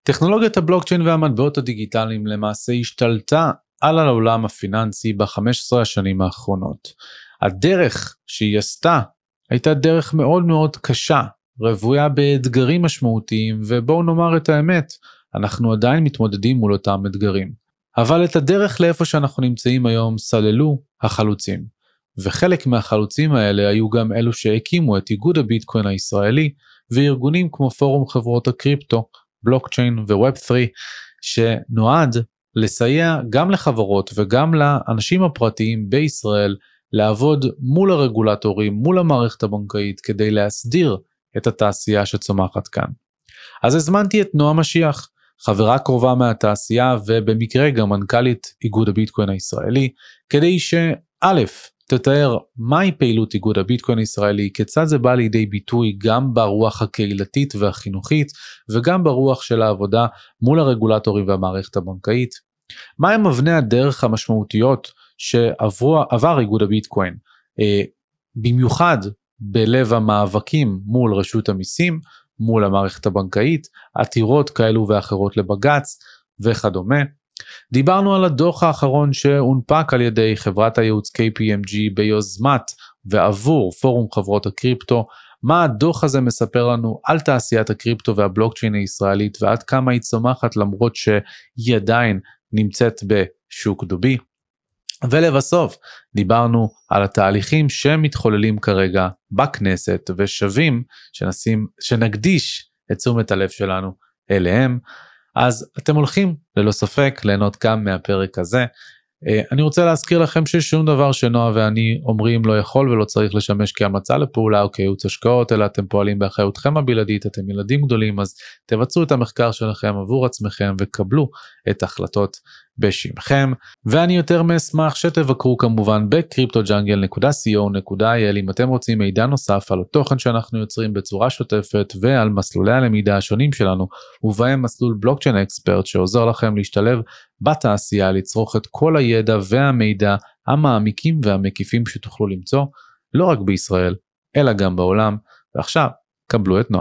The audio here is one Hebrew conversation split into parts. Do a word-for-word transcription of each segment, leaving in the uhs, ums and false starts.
טכנולוגיית הבלוקצ'יין והמטבעות הדיגיטליים למעשה השתלטה על העולם הפיננסי ב-חמש עשרה השנים האחרונות. הדרך שהיא עשתה הייתה דרך מאוד מאוד קשה, רוויה באתגרים משמעותיים, ובואו נאמר את האמת, אנחנו עדיין מתמודדים מול אותם אתגרים. אבל את הדרך לאיפה שאנחנו נמצאים היום סללו החלוצים, וחלק מהחלוצים האלה היו גם אלו שהקימו את איגוד הביטקוין הישראלי, וארגונים כמו פורום חברות הקריפטו, בלוקצ'יין וווב שלוש, שנועד לסייע גם לחברות וגם לאנשים הפרטיים בישראל, לעבוד מול הרגולטורים, מול המערכת הבנקאית, כדי להסדיר את התעשייה שצומחת כאן. אז הזמנתי את נועה משיח, חברה קרובה מהתעשייה, ובמקרה גם מנכ"לית איגוד הביטקוין הישראלי, כדי שא' תתאר מהי פעילות איגוד הביטקוין הישראלי, כיצד זה בא לידי ביטוי גם ברוח הקהילתית והחינוכית, וגם ברוח של העבודה מול הרגולטורים והמערכת הבנקאית. מהם אבני הדרך המשמעותיות שעבר איגוד הביטקוין, אה, במיוחד בלב המאבקים מול רשות המיסים, מול המערכת הבנקאית, עתירות כאלו ואחרות לבגץ וכדומה. דיברנו על הדוח האחרון שהונפק על ידי חברת הייעוץ קיי פי אם ג'י ביוזמת ועבור פורום חברות הקריפטו, מה הדוח הזה מספר לנו על תעשיית הקריפטו והבלוקצ'יין הישראלית, ועד כמה היא צומחת למרות שהיא עדיין נמצאת בשוק דובי. ולבסוף דיברנו על התהליכים שמתחוללים כרגע בכנסת, ושווים שנשים, שנקדיש את תשומת הלב שלנו אליהם. אז אתם הולכים ללא ספק ליהנות גם מהפרק הזה. אני רוצה להזכיר לכם ששום דבר שנועה ואני אומרים לא יכול ולא צריך לשמש כהמלצה לפעולה או כייעוץ השקעות, אלא אתם פועלים באחריותכם הבלעדית, אתם ילדים גדולים, אז תבצעו את המחקר שלכם עבור עצמכם וקבלו את החלטות בשמכם. ואני יותר מאשמח שתבקרו כמובן ב-קריפטו ג'אנגל נקודה סי או נקודה איי אל אם אתם רוצים מידע נוסף על התוכן שאנחנו יוצרים בצורה שוטפת, ועל מסלולי הלמידה השונים שלנו, ובהם מסלול בלוקצ'יין אקספרט שעוזר לכם להשתלב בתעשייה, לצרוך את כל הידע והמידע המעמיקים והמקיפים שתוכלו למצוא, לא רק בישראל, אלא גם בעולם. ועכשיו, קבלו את נועה.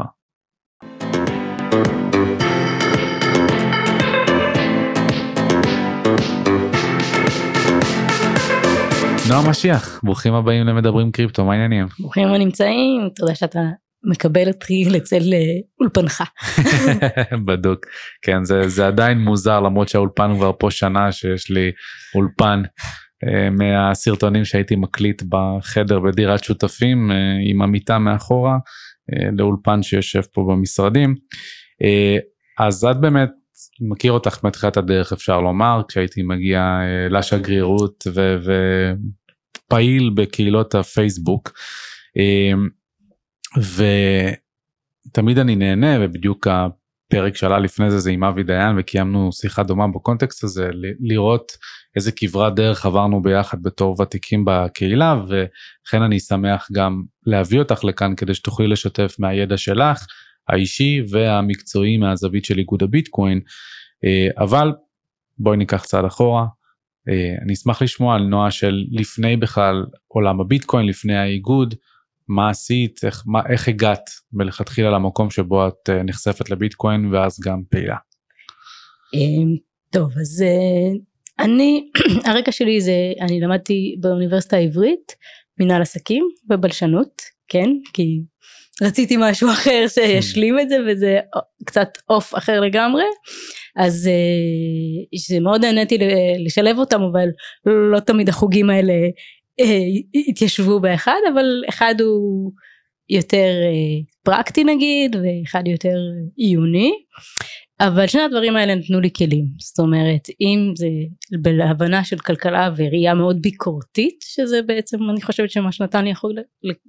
נועה משיח, ברוכים הבאים למדברים קריפטו, מה העניינים? ברוכים הנמצאים, תודה שאתה מקבל אותי לצל אולפנך. בדוק, כן, זה, זה עדיין מוזר, למרות שהאולפן הוא כבר פה שנה שיש לי אולפן, אה, מהסרטונים שהייתי מקליט בחדר בדירת שותפים, אה, עם המיטה מאחורה, אה, לאולפן שיושב פה במשרדים. אה, אז את באמת, מכיר אותך מתחילת הדרך אפשר לומר, כשהייתי מגיע אה, לשגרירות ו... ו... פעיל בקהילות הפייסבוק, ותמיד אני נהנה, ובדיוק הפרק שעלה לפני זה זה עם אבי דיין, וקיימנו שיחה דומה בקונטקסט הזה, לראות איזה כברת דרך עברנו ביחד בתור ותיקים בקהילה, וכן אני שמח גם להביא אותך לכאן, כדי שתוכלי לשתף מהידע שלך, האישי והמקצועי מהזווית של איגוד הביטקוין, אבל בואי ניקח צעד אחורה, אני אשמח לשמוע על נועה של לפני בכלל עולם הביטקוין, לפני האיגוד, מה עשית, איך, מה, איך הגעת מלכתחילה למקום שבו את נחשפת לביטקוין ואז גם פעילה. טוב, אז אני, הרקע שלי זה, אני למדתי באוניברסיטה העברית, מנהל עסקים ובלשנות, כן, כי רציתי משהו אחר שישלים את זה, וזה קצת אוף אחר לגמרי, אז זה מאוד נהניתי לשלב אותם, אבל לא תמיד החוגים האלה התיישבו באחד, אבל אחד הוא יותר פרקטי נגיד, ואחד יותר עיוני, אבל שני הדברים האלה נתנו לי כלים, זאת אומרת, אם זה בהבנה של כלכלה וראייה מאוד ביקורתית, שזה בעצם אני חושבת שמה שנתן לי יכול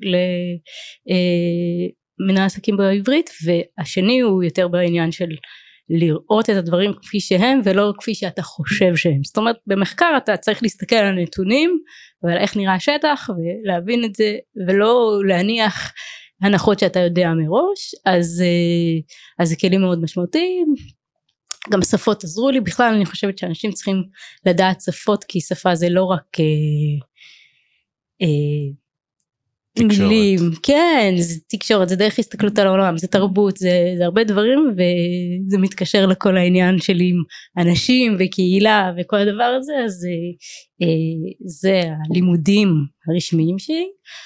למנהל עסקים בעברית, והשני הוא יותר בעניין של לראות את הדברים כפי שהם, ולא כפי שאתה חושב שהם, זאת אומרת, במחקר אתה צריך להסתכל על הנתונים, ועל איך נראה השטח, ולהבין את זה, ולא להניח הנחות שאתה יודע מראש, אז, אז זה כלים מאוד משמעותיים, גם שפות עזרו לי, בכלל אני חושבת שאנשים צריכים לדעת שפות, כי שפה זה לא רק אה, אה, תקשורת. מילים, כן, זה תקשורת, זה דרך הסתכלות על העולם, זה תרבות, זה, זה הרבה דברים, וזה מתקשר לכל העניין שלי עם אנשים וקהילה וכל הדבר הזה, אז זה הלימודים הרשמיים שלי,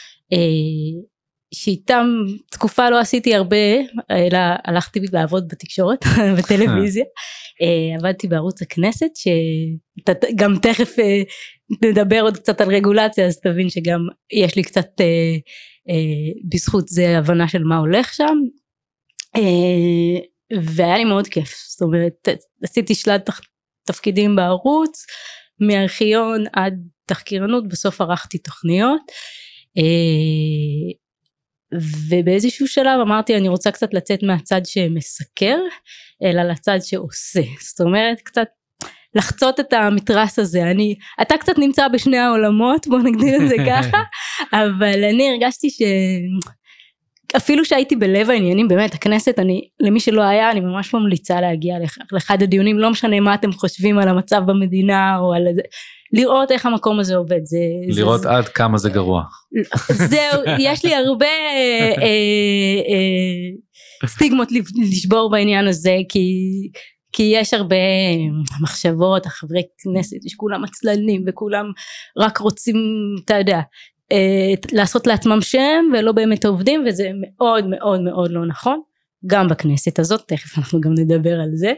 שאיתם תקופה לא עשיתי הרבה, אלא הלכתי לעבוד בתקשורת, בטלוויזיה, עבדתי בערוץ הכנסת, שגם תכף נדבר עוד קצת על רגולציה, אז תבין שגם יש לי קצת בזכות זה הבנה של מה הולך שם, והיה לי מאוד כיף, זאת אומרת, עשיתי שלל תפקידים בערוץ, מארכיון עד תחקירנות, בסוף ערכתי תוכניות, ובאיזשהו שלב אמרתי אני רוצה קצת לצאת מהצד שמסקר אלא לצד שעושה, זאת אומרת קצת לחצות את המתרס הזה, אני, אתה קצת נמצא בשני העולמות, בוא נגדיר את זה ככה, אבל אני הרגשתי שאפילו שהייתי בלב העניינים, באמת הכנסת, אני, למי שלא היה, אני ממש ממליצה להגיע לאחד הדיונים, לא משנה מה אתם חושבים על המצב במדינה או על זה, לראות איך המקום הזה עובד, זה, לראות זה, עד זה... כמה זה גרוע. זהו, יש לי הרבה אה, אה, אה, סטיגמות לשבור בעניין הזה, כי, כי יש הרבה מחשבות, החברי כנסת, יש כולם עצלנים, וכולם רק רוצים, אתה יודע, אה, לעשות לעצמם שם, ולא באמת עובדים, וזה מאוד מאוד מאוד לא נכון, גם בכנסת הזאת, תכף אנחנו גם נדבר על זה,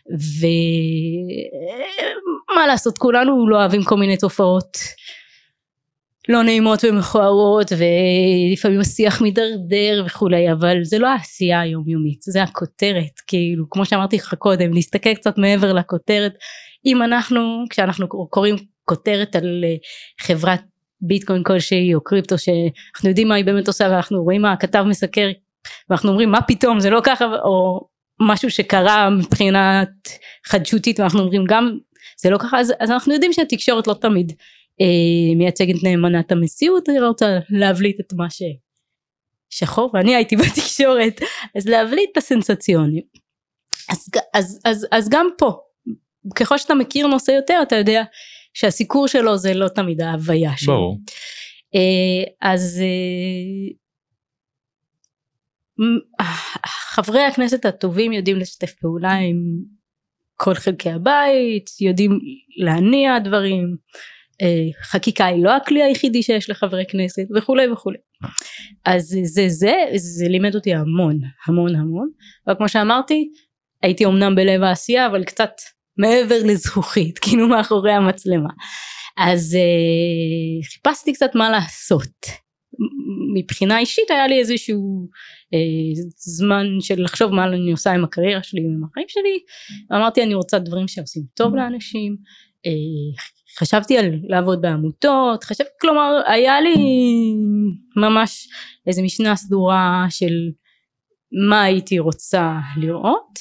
ומה לעשות, כולנו לא אוהבים כל מיני תופעות לא נעימות ומכוערות, ולפעמים השיח מדרדר וכולי, אבל זה לא העשייה היומיומית, זה הכותרת, כאילו כמו שאמרתי לך קודם, להסתכל קצת מעבר לכותרת, אם אנחנו, כשאנחנו קוראים כותרת על חברת ביטקוין כלשהי או קריפטו, שאנחנו יודעים מה היא באמת עושה, ואנחנו רואים מה הכתב מסקר, ואנחנו אומרים מה פתאום זה לא ככה, או משהו שקרה מבחינת חדשותית, ואנחנו אומרים גם זה לא ככה, אז, אז אנחנו יודעים שהתקשורת לא תמיד אה, מייצגת נאמנת המציאות, אני רוצה להבליט את מה ששחור, ואני הייתי בתקשורת, אז להבליט את הסנסציונים, אז, אז, אז, אז גם פה, ככל שאתה מכיר נושא יותר, אתה יודע שהסיקור שלו זה לא תמיד ההוויה שלו. ברור. אה, אז אה, חברי הכנסת הטובים יודעים לשתף פעולה עם כל חלקי הבית, יודעים להניע דברים, חקיקה היא לא הכלי היחידי שיש לחברי כנסת וכולי וכולי. אז זה זה, זה לימד אותי המון המון המון, וכמו שאמרתי הייתי אומנם בלב העשייה אבל קצת מעבר לזכוכית, כאילו מאחורי המצלמה, אז חיפשתי קצת מה לעשות. מבחינה אישית היה לי איזשהו אה, זמן של לחשוב מה אני עושה עם הקריירה שלי ועם החיים שלי, אמרתי אני רוצה דברים שעושים טוב לאנשים, אה, חשבתי על לעבוד בעמותות, חשבתי, כלומר היה לי ממש איזו משנה סדורה של מה הייתי רוצה לראות,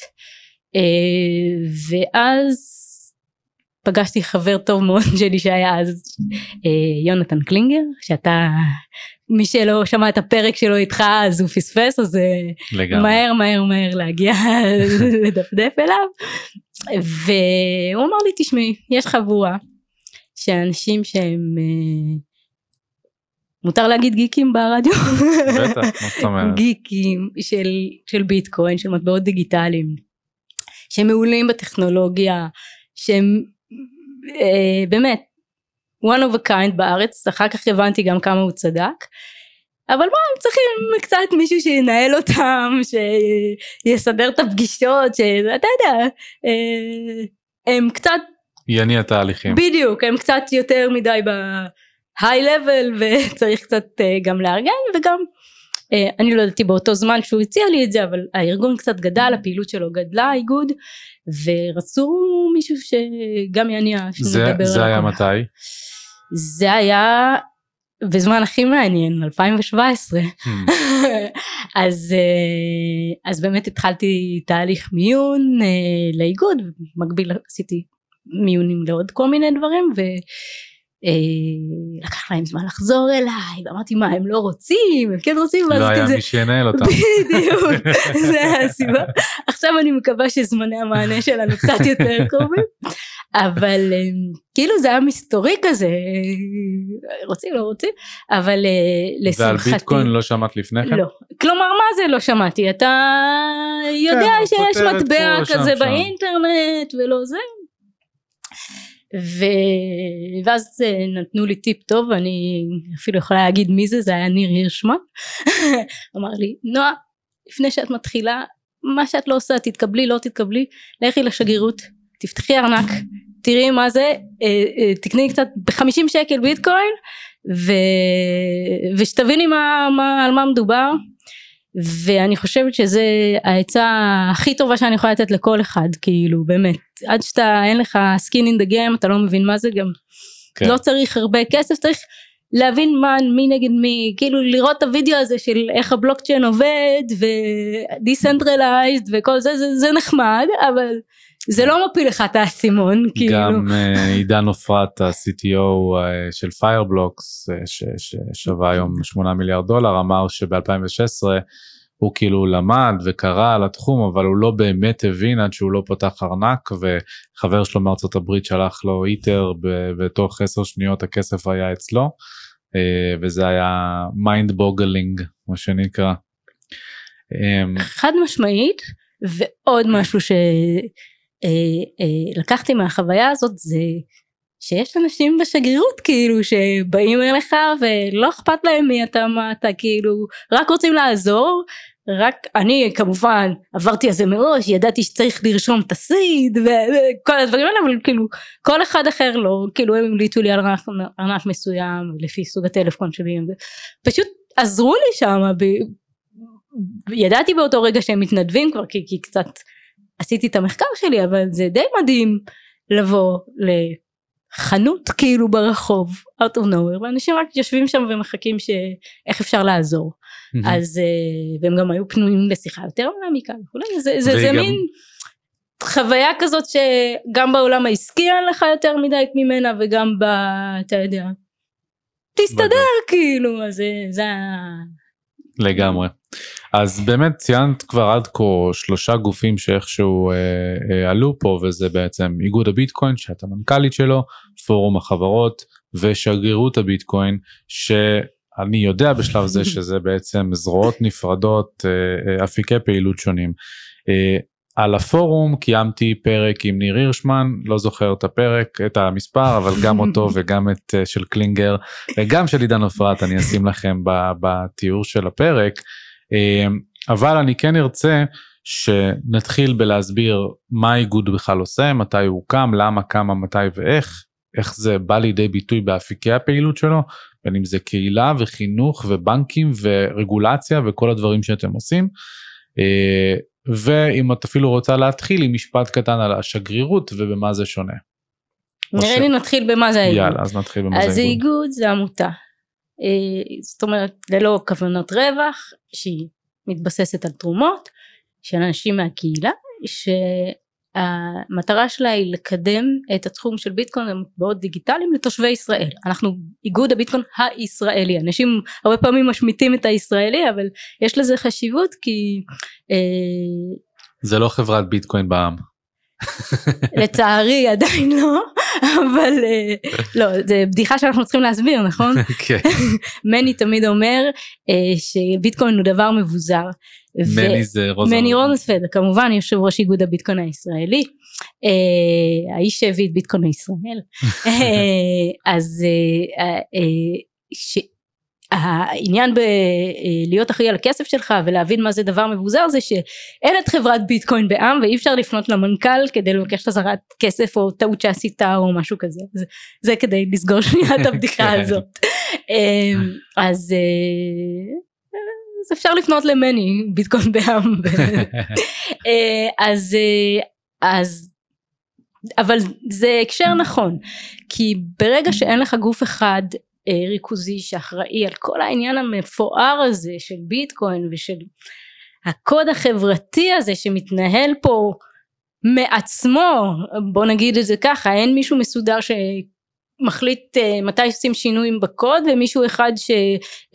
אה, ואז פגשתי חבר טוב מאוד שלי שהיה אז אה, יונתן קלינגר, שאתה מי שלא שמע את הפרק שלו איתך אז הוא פספס, אז לגמרי. מהר מהר מהר להגיע לדפדף אליו, והוא אמר לי תשמעי יש חבורה שאנשים שהם אה, מותר להגיד גיקים ברדיו? בטח, מה זאת אומרת? גיקים של, של ביטקוין, של מטבעות דיגיטליים, שמעולים בטכנולוגיה, שהם אה, באמת one of a kind בארץ, אחר כך הבנתי גם כמה הוא צדק, אבל מה הם צריכים קצת מישהו שינהל אותם, שיסדר את הפגישות, שאתה יודע, אה, הם קצת יניע תהליכים. בדיוק, הם קצת יותר מדי ב-high level, וצריך קצת uh, גם לארגן, וגם, uh, אני לא ידעתי באותו זמן שהוא הציע לי את זה, אבל הארגון קצת גדל, הפעילות שלו גדלה, האיגוד, ורצו מישהו שגם יניע, זה, זה היה מתי? זה היה בזמן הכי מעניין, אלפיים שבע עשרה. Hmm. אז, uh, אז באמת התחלתי תהליך מיון uh, לאיגוד, במקביל עשיתי מיונים לעוד כל מיני דברים, ולקח להם זמן לחזור אליי, ואמרתי מה הם לא רוצים, הם כן רוצים, לא היה מי שינהל אותם. בדיוק, זה הסיבה. עכשיו אני מקווה שזמני המענה שלנו קצת יותר קרובים, אבל כאילו זה היה מסתורי כזה, רוצים לא רוצים, אבל לשמחתי. ועל ביטקוין לא שמעת לפני כן? לא, כלומר מה זה לא שמעתי, אתה יודע שיש מטבע כזה באינטרנט ולא זה, ו... ואז נתנו לי טיפ טוב, אני אפילו יכולה להגיד מי זה, זה היה ניר הירשמן, אמר לי, נועה, לפני שאת מתחילה, מה שאת לא עושה, תתקבלי, לא תתקבלי, לכי לשגרירות, תפתחי ארנק, תראי מה זה, תקני קצת ב-חמישים שקל ביטקוין, ו... ושתביני מה, מה, על מה מדובר, ואני חושבת שזה העצה הכי טובה שאני יכולה לתת לכל אחד, כאילו באמת, עד שאתה אין לך skin in the game, אתה לא מבין מה זה גם, כן. לא צריך הרבה כסף, צריך להבין מה, מי נגד מי, כאילו לראות את הוידאו הזה של איך הבלוקצ'יין עובד, ו-decentralized וכל זה, זה, זה נחמד, אבל זה לא מפיל לך את האסימון, כאילו. גם עידן אופרת, ה-סי טי או של Fireblocks, ששווה היום שמונה מיליארד דולר, אמר שב-אלפיים ושש עשרה הוא כאילו למד וקרא על התחום, אבל הוא לא באמת הבין עד שהוא לא פותח ארנק, וחבר שלו מארצות הברית שלח לו איתר, ותוך עשר שניות הכסף היה אצלו, וזה היה mind boggling, מה שנקרא. חד משמעית, ועוד משהו ש... לקחתי מהחוויה הזאת זה שיש אנשים בשגרירות כאילו שבאים אליך ולא אכפת להם מי אתה מה אתה כאילו רק רוצים לעזור, רק אני כמובן עברתי על זה מראש, ידעתי שצריך לרשום את הסיד וכל הדברים האלה, אבל כאילו כל אחד אחר לא, כאילו הם המליצו לי על ארנק מסוים לפי סוג הטלפון שלי, פשוט עזרו לי שם, ידעתי באותו רגע שהם מתנדבים כבר כי, כי קצת עשיתי את המחקר שלי, אבל זה די מדהים לבוא לחנות כאילו ברחוב, out of nowhere, ואנשים רק יושבים שם ומחכים שאיך אפשר לעזור. Mm-hmm. אז, והם גם היו פנויים לשיחה יותר מעמיקה, זה, זה, זה גם... מין חוויה כזאת שגם בעולם העסקי אין לך יותר מדי ממנה, וגם ב... אתה יודע, תסתדר בגלל. כאילו, אז זה... זה... לגמרי. אז באמת ציינת כבר עד כה שלושה גופים שאיכשהו אה, אה, עלו פה, וזה בעצם איגוד הביטקוין, שאתה מנכ"לית שלו, פורום החברות, ושגרירות הביטקוין, שאני יודע בשלב זה שזה בעצם זרועות נפרדות, אה, אה, אפיקי פעילות שונים. אה, על הפורום קיימתי פרק עם ניר הירשמן, לא זוכר את הפרק, את המספר, אבל גם אותו וגם את uh, של קלינגר, וגם של עידן אופרת, אני אשים לכם בתיאור של הפרק, uh, אבל אני כן ארצה שנתחיל בלהסביר מה האיגוד בכלל עושה, מתי הוא קם, למה, כמה, מתי ואיך, איך זה בא לידי ביטוי באפיקי הפעילות שלו, בין אם זה קהילה וחינוך ובנקים ורגולציה וכל הדברים שאתם עושים, uh, ואם את אפילו רוצה להתחיל עם משפט קטן על השגרירות ובמה זה שונה. נראה לי נתחיל במה זה האיגוד. יאללה, אז נתחיל במה זה האיגוד. אז האיגוד זה עמותה. זאת אומרת, ללא כוונות רווח, שהיא מתבססת על תרומות, של אנשים מהקהילה, שהמטרה שלה היא לקדם את התחום של ביטקוין ומטבעות דיגיטליים לתושבי ישראל. אנחנו איגוד הביטקוין הישראלי. אנשים הרבה פעמים משמיטים את הישראלי, אבל יש לזה חשיבות כי... זה לא חברת ביטקוין בעם. לצערי עדיין לא, אבל לא, זה בדיחה שאנחנו צריכים להסביר, נכון? כן. מני תמיד אומר שביטקוין הוא דבר מבוזר. מני זה רוזנפלד. מני רוזנפלד, כמובן יושב ראש איגוד הביטקוין הישראלי, האיש שהביא את ביטקוין לישראל. אז העניין בלהיות אחראי על הכסף שלך ולהבין מה זה דבר מבוזר, זה שאין את חברת ביטקוין בעם ואי אפשר לפנות למנכ"ל כדי לבקש חזרת כסף או טעות שעשית או משהו כזה. זה, זה כדי לסגור שנייה את הבדיחה הזאת. אז, אז אפשר לפנות למני ביטקוין בעם. אז, אז אבל זה הקשר נכון, כי ברגע שאין לך גוף אחד ריכוזי שאחראי על כל העניין המפואר הזה של ביטקוין ושל הקוד החברתי הזה שמתנהל פה מעצמו, בוא נגיד את זה ככה, אין מישהו מסודר שמחליט מתי עושים שינויים בקוד, ומישהו אחד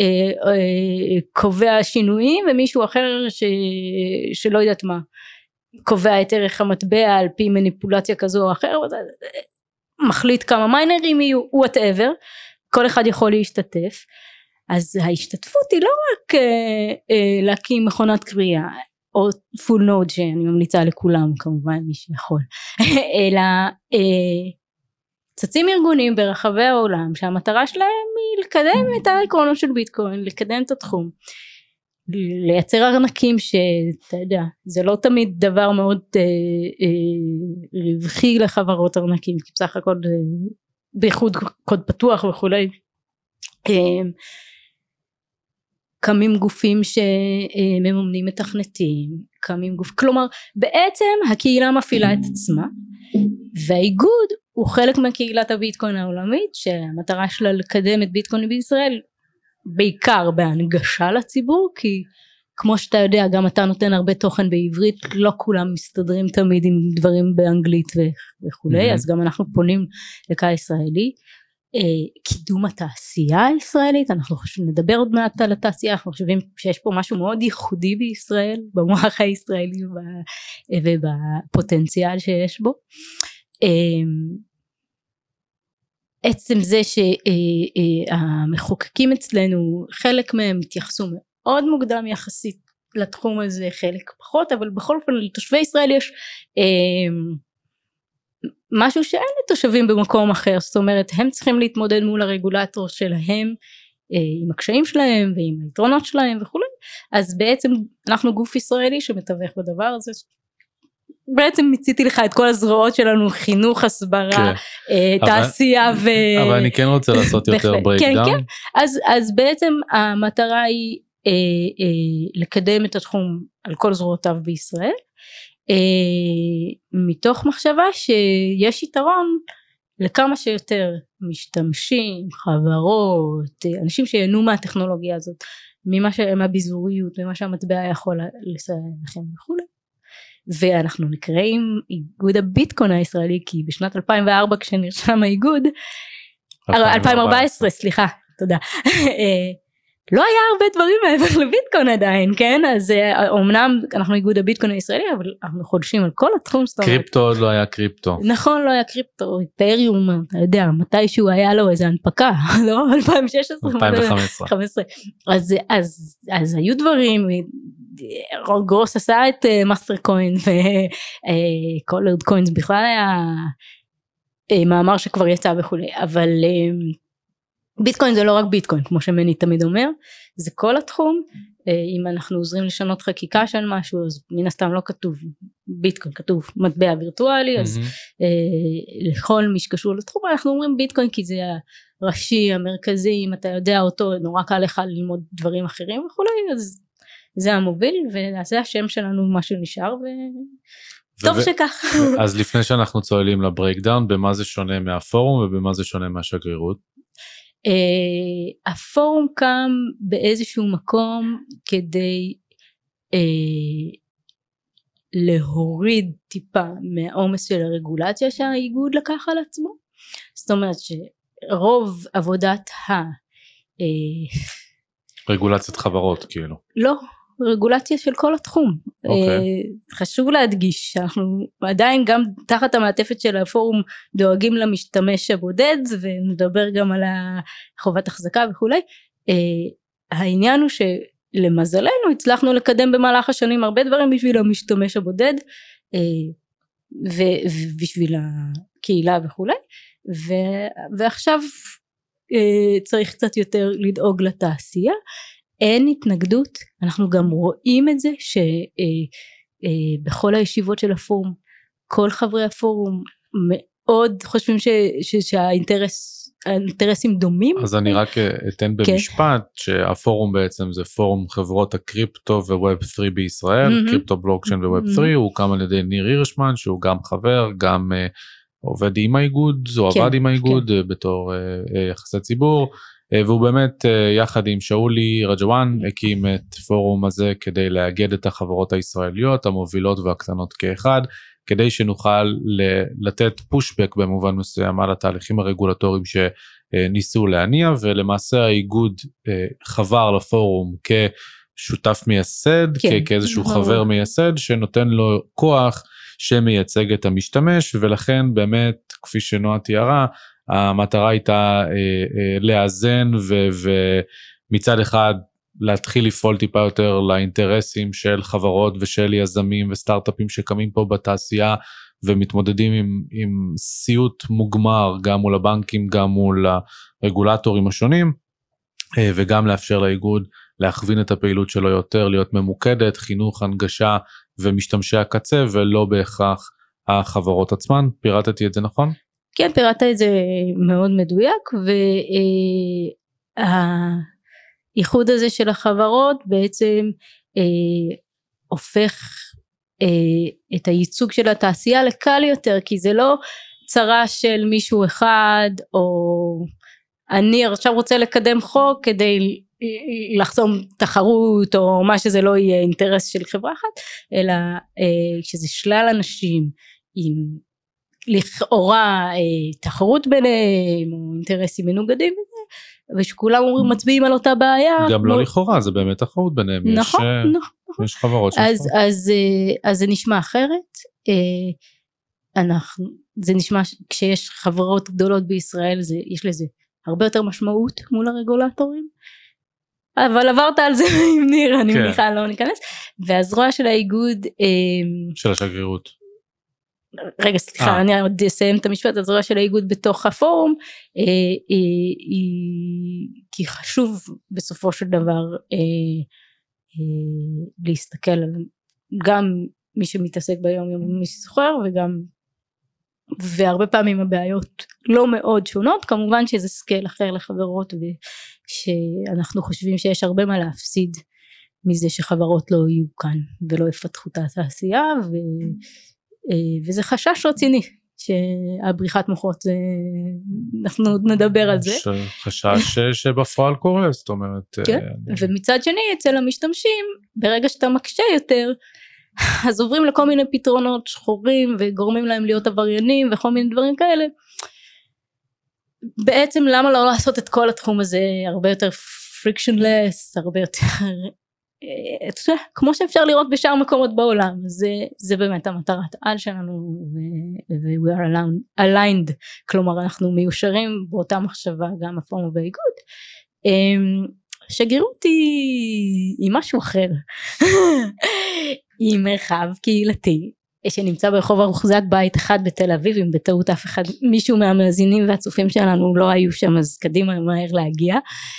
שקובע שינויים ומישהו אחר ש... שלא יודעת מה. קובע את ערך המטבע על פי מניפולציה כזו או אחר, מחליט כמה מיינרים יהיו, whatever, כל אחד יכול להשתתף. אז ההשתתפות היא לא רק אה, אה, להקים מכונת קריאה, או full node שאני ממליצה לכולם כמובן מי שיכול, אלא אה, צצים ארגונים ברחבי העולם שהמטרה שלהם היא לקדם את העקרונות של ביטקוין, לקדם את התחום, לייצר ארנקים שאתה יודע זה לא תמיד דבר מאוד אה, אה, רווחי לחברות ארנקים, כי בסך הכל אה, בייחוד קוד פתוח וכולי, אה, קמים גופים שמממנים מתכנתים, קמים גוף, כלומר בעצם הקהילה מפעילה את עצמה, והאיגוד הוא חלק מהקהילת הביטקוין העולמית שהמטרה שלה לקדם את ביטקוין בישראל בעיקר בהנגשה לציבור, כי כמו שאתה יודע גם אתה נותן הרבה תוכן בעברית, לא כולם מסתדרים תמיד עם דברים באנגלית וכולי, mm-hmm. אז גם אנחנו פונים לקהל ישראלי. קידום התעשייה הישראלית, אנחנו חושבים, נדבר עוד מעט על התעשייה, אנחנו חושבים שיש פה משהו מאוד ייחודי בישראל, במוח הישראלי ובפוטנציאל שיש בו. עצם זה שהמחוקקים אצלנו, חלק מהם התייחסו מאוד מוקדם יחסית לתחום הזה, חלק פחות, אבל בכל אופן לתושבי ישראל יש משהו שאין לתושבים במקום אחר, זאת אומרת הם צריכים להתמודד מול הרגולטור שלהם עם הקשיים שלהם ועם היתרונות שלהם וכו', אז בעצם אנחנו גוף ישראלי שמתווך בדבר הזה, בעצם מציתי לך את כל הזרועות שלנו, חינוך, הסברה, תעשייה ו... אבל אני כן רוצה לעשות יותר ברייקדאון. כן, כן, אז בעצם המטרה היא לקדם את התחום על כל זרועותיו בישראל, מתוך מחשבה שיש יתרון לכמה שיותר משתמשים, חברות, אנשים שיהנו מהטכנולוגיה הזאת, ממה מהביזוריות, ממה שהמטבע יכול לסייע לכם וכו'. ואנחנו נקראים איגוד הביטקוין הישראלי, כי בשנת אלפיים וארבע כשנרשם האיגוד, אלפיים וארבע עשרה סליחה, תודה, לא היה הרבה דברים מעבר לביטקוין עדיין, כן? אז אומנם אנחנו איגוד הביטקוין הישראלי, אבל אנחנו חודשים על כל התחום. קריפטו עוד לא היה קריפטו. נכון, לא היה קריפטו, איתריום, אתה יודע, מתישהו היה לו איזה הנפקה, לא? אלפיים ושש עשרה. אלפיים וחמש עשרה. אז, אז, אז היו דברים, גרוס עשה את מאסטר קוין, וכל עוד קוינס בכלל היה מאמר שכבר יצא וכו', אבל ביטקוין זה לא רק ביטקוין, כמו שמני תמיד אומר, זה כל התחום. אם אנחנו עוזרים לשנות חקיקה של משהו, אז מן הסתם לא כתוב ביטקוין, כתוב מטבע וירטואלי, אז לכל מי שקשור לתחום, אנחנו אומרים ביטקוין כי זה הראשי, המרכזי, אם אתה יודע אותו, נורא קל לך ללמוד דברים אחרים וכולי, אז זה המוביל, וזה השם שלנו, מה שנשאר, וטוב שכך. אז לפני שאנחנו צוללים לברייקדאון, במה זה שונה מהפורום, ובמה זה שונה מהשגרירות? Uh, הפורום קם באיזשהו מקום כדי uh, להוריד טיפה מהעומס של הרגולציה שהאיגוד לקח על עצמו, זאת אומרת שרוב עבודת ה... Uh, רגולציית חברות כאילו. לא, רגולציה של כל התחום. Okay. uh, חשוב להדגיש שאנחנו עדיין גם תחת המעטפת של הפורום דואגים למשתמש הבודד, ונדבר גם על חובת החזקה וכולי. uh, העניין הוא שלמזלנו הצלחנו לקדם במהלך השנים הרבה דברים בשביל המשתמש הבודד uh, ובשביל הקהילה וכולי, ו- ועכשיו uh, צריך קצת יותר לדאוג לתעשייה. אין התנגדות, אנחנו גם רואים את זה שבכל הישיבות של הפורום, כל חברי הפורום מאוד חושבים ש, ש, שהאינטרס, האינטרסים דומים. אז אני רק אתן במשפט, שהפורום בעצם זה פורום חברות הקריפטו וווב שלוש בישראל, קריפטו בלוקצ'יין וווב שלוש, הוא קם על ידי ניר הירשמן, שהוא גם חבר, גם עובד עם האיגוד, הוא עבד עם האיגוד בתור יחסי ציבור, והוא באמת יחד עם שאולי רג'ואן הקים את פורום הזה כדי לאגד את החברות הישראליות המובילות והקטנות כאחד, כדי שנוכל לתת פושבק במובן מסוים על התהליכים הרגולטוריים שניסו להניע, ולמעשה האיגוד חבר לפורום שותף מייסד, כן, כאיזשהו ברור. חבר מייסד, שנותן לו כוח שמייצג את המשתמש, ולכן באמת, כפי שנועה תיארה, המטרה הייתה אה, אה, לאזן, ו, ומצד אחד, להתחיל לפעול טיפה יותר לאינטרסים של חברות ושל יזמים וסטארט-אפים שקמים פה בתעשייה, ומתמודדים עם, עם סיוט מוגמר, גם מול הבנקים, גם מול הרגולטורים השונים, וגם לאפשר לאיגוד להכווין את הפעילות שלו יותר, להיות ממוקדת, חינוך, הנגשה ומשתמשי הקצה, ולא בהכרח החברות עצמן. פירטתי את זה נכון? כן, פירטת את זה מאוד מדויק, והאיחוד הזה של החברות בעצם אה, הופך אה, את הייצוג של התעשייה לקל יותר, כי זה לא צרה של מישהו אחד, או אני עכשיו רוצה לקדם חוק כדי לחסום תחרות, או מה שזה לא יהיה אינטרס של חברה אחת, אלא אה, שזה שלל אנשים עם לכאורה אה, תחרות ביניהם, או אינטרסים מנוגדים, ושכולם מצביעים על אותה בעיה. גם לא לכאורה, זה באמת תחרות ביניהם. נכון, יש, נכון. יש חברות אז, אז, אז זה נשמע אחרת. אנחנו, זה נשמע כשיש חברות גדולות בישראל, זה, יש לזה הרבה יותר משמעות מול הרגולטורים. אבל עברת על זה עם ניר, אני מניחה, לא ניכנס. והזרוע של האיגוד... של השגרירות. רגע, סליחה, אני עוד אסיים את המשפט. הזרוע של האיגוד בתוך הפורום, כי חשוב בסופו של דבר להסתכל על גם מי שמתעסק ביום יום, מי שזוכר, וגם, והרבה פעמים הבעיות לא מאוד שונות, כמובן שזה סקייל אחר לחברות, ושאנחנו חושבים שיש הרבה מה להפסיד מזה שחברות לא יהיו כאן, ולא יפתחו את התעשייה, ו... וזה חשש רציני, שהבריחת מוחות, אנחנו עוד נדבר על זה. חשש שבפועל קורה, זאת אומרת. כן, ומצד שני, אצל המשתמשים, ברגע שאתה מקשה יותר, אז עוברים לכל מיני פתרונות שחורים, וגורמים להם להיות עבריינים, וכל מיני דברים כאלה. בעצם למה לא לעשות את כל התחום הזה, הרבה יותר frictionless, הרבה יותר... כמו שאפשר לראות בשאר מקומות בעולם, זה, זה באמת המטרת העל שלנו, ו- we are aligned, כלומר אנחנו מיושרים באותה מחשבה, גם הפורום והאיגוד. שגרירות היא, היא משהו אחר, היא מרחב קהילתי, שנמצא ברחוב ארוחזת בית אחד בתל אביב, אם בטעות אף אחד, מישהו מהמאזינים והצופים שלנו לא היו שם, אז קדימה מהר להגיע,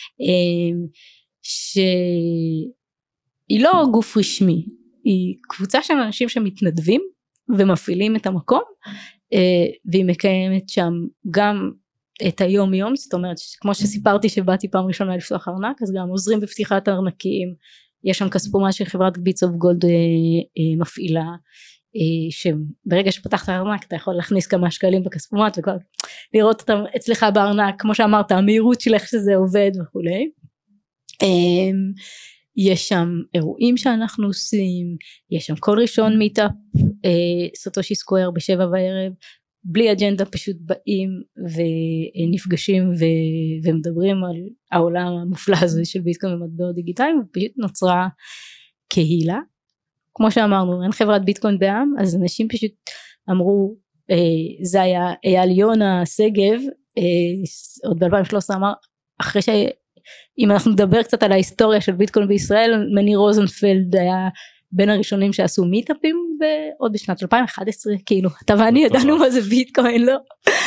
ש... היא לא גוף רשמי, היא קבוצה של אנשים שמתנדבים ומפעילים את המקום, והיא מקיימת שם גם את היום יום, זאת אומרת כמו שסיפרתי שבאתי פעם ראשונה לפתוח ארנק, אז גם עוזרים בפתיחת ארנקים, יש שם כספומט של חברת ביטס אוף גולד מפעילה, שברגע שפתחת הארנק אתה יכול להכניס כמה שקלים בכספומט, ולראות אותם אצלך בארנק, כמו שאמרת, המהירות של איך שזה עובד וכולי. יש שם אירועים שאנחנו עושים, יש שם כל ראשון מיטאפ, סוטושי סקוואר בשבע בערב, בלי אג'נדה, פשוט באים ונפגשים ו- ומדברים על העולם המופלא הזה של ביטקוין ומטבעות דיגיטליים, ופשוט נוצרה קהילה. כמו שאמרנו, אין חברת ביטקוין בעם, אז אנשים פשוט אמרו, זה היה אייל יונה שגב, עוד ב-אלפיים ושלוש עשרה אמר, אחרי ש... אם אנחנו נדבר קצת על ההיסטוריה של ביטקוין בישראל, מני רוזנפלד היה בין הראשונים שעשו מיטאפים, ועוד בשנת אלפיים ואחת עשרה, כאילו, אתה ואני ידענו מה זה ביטקוין, לא?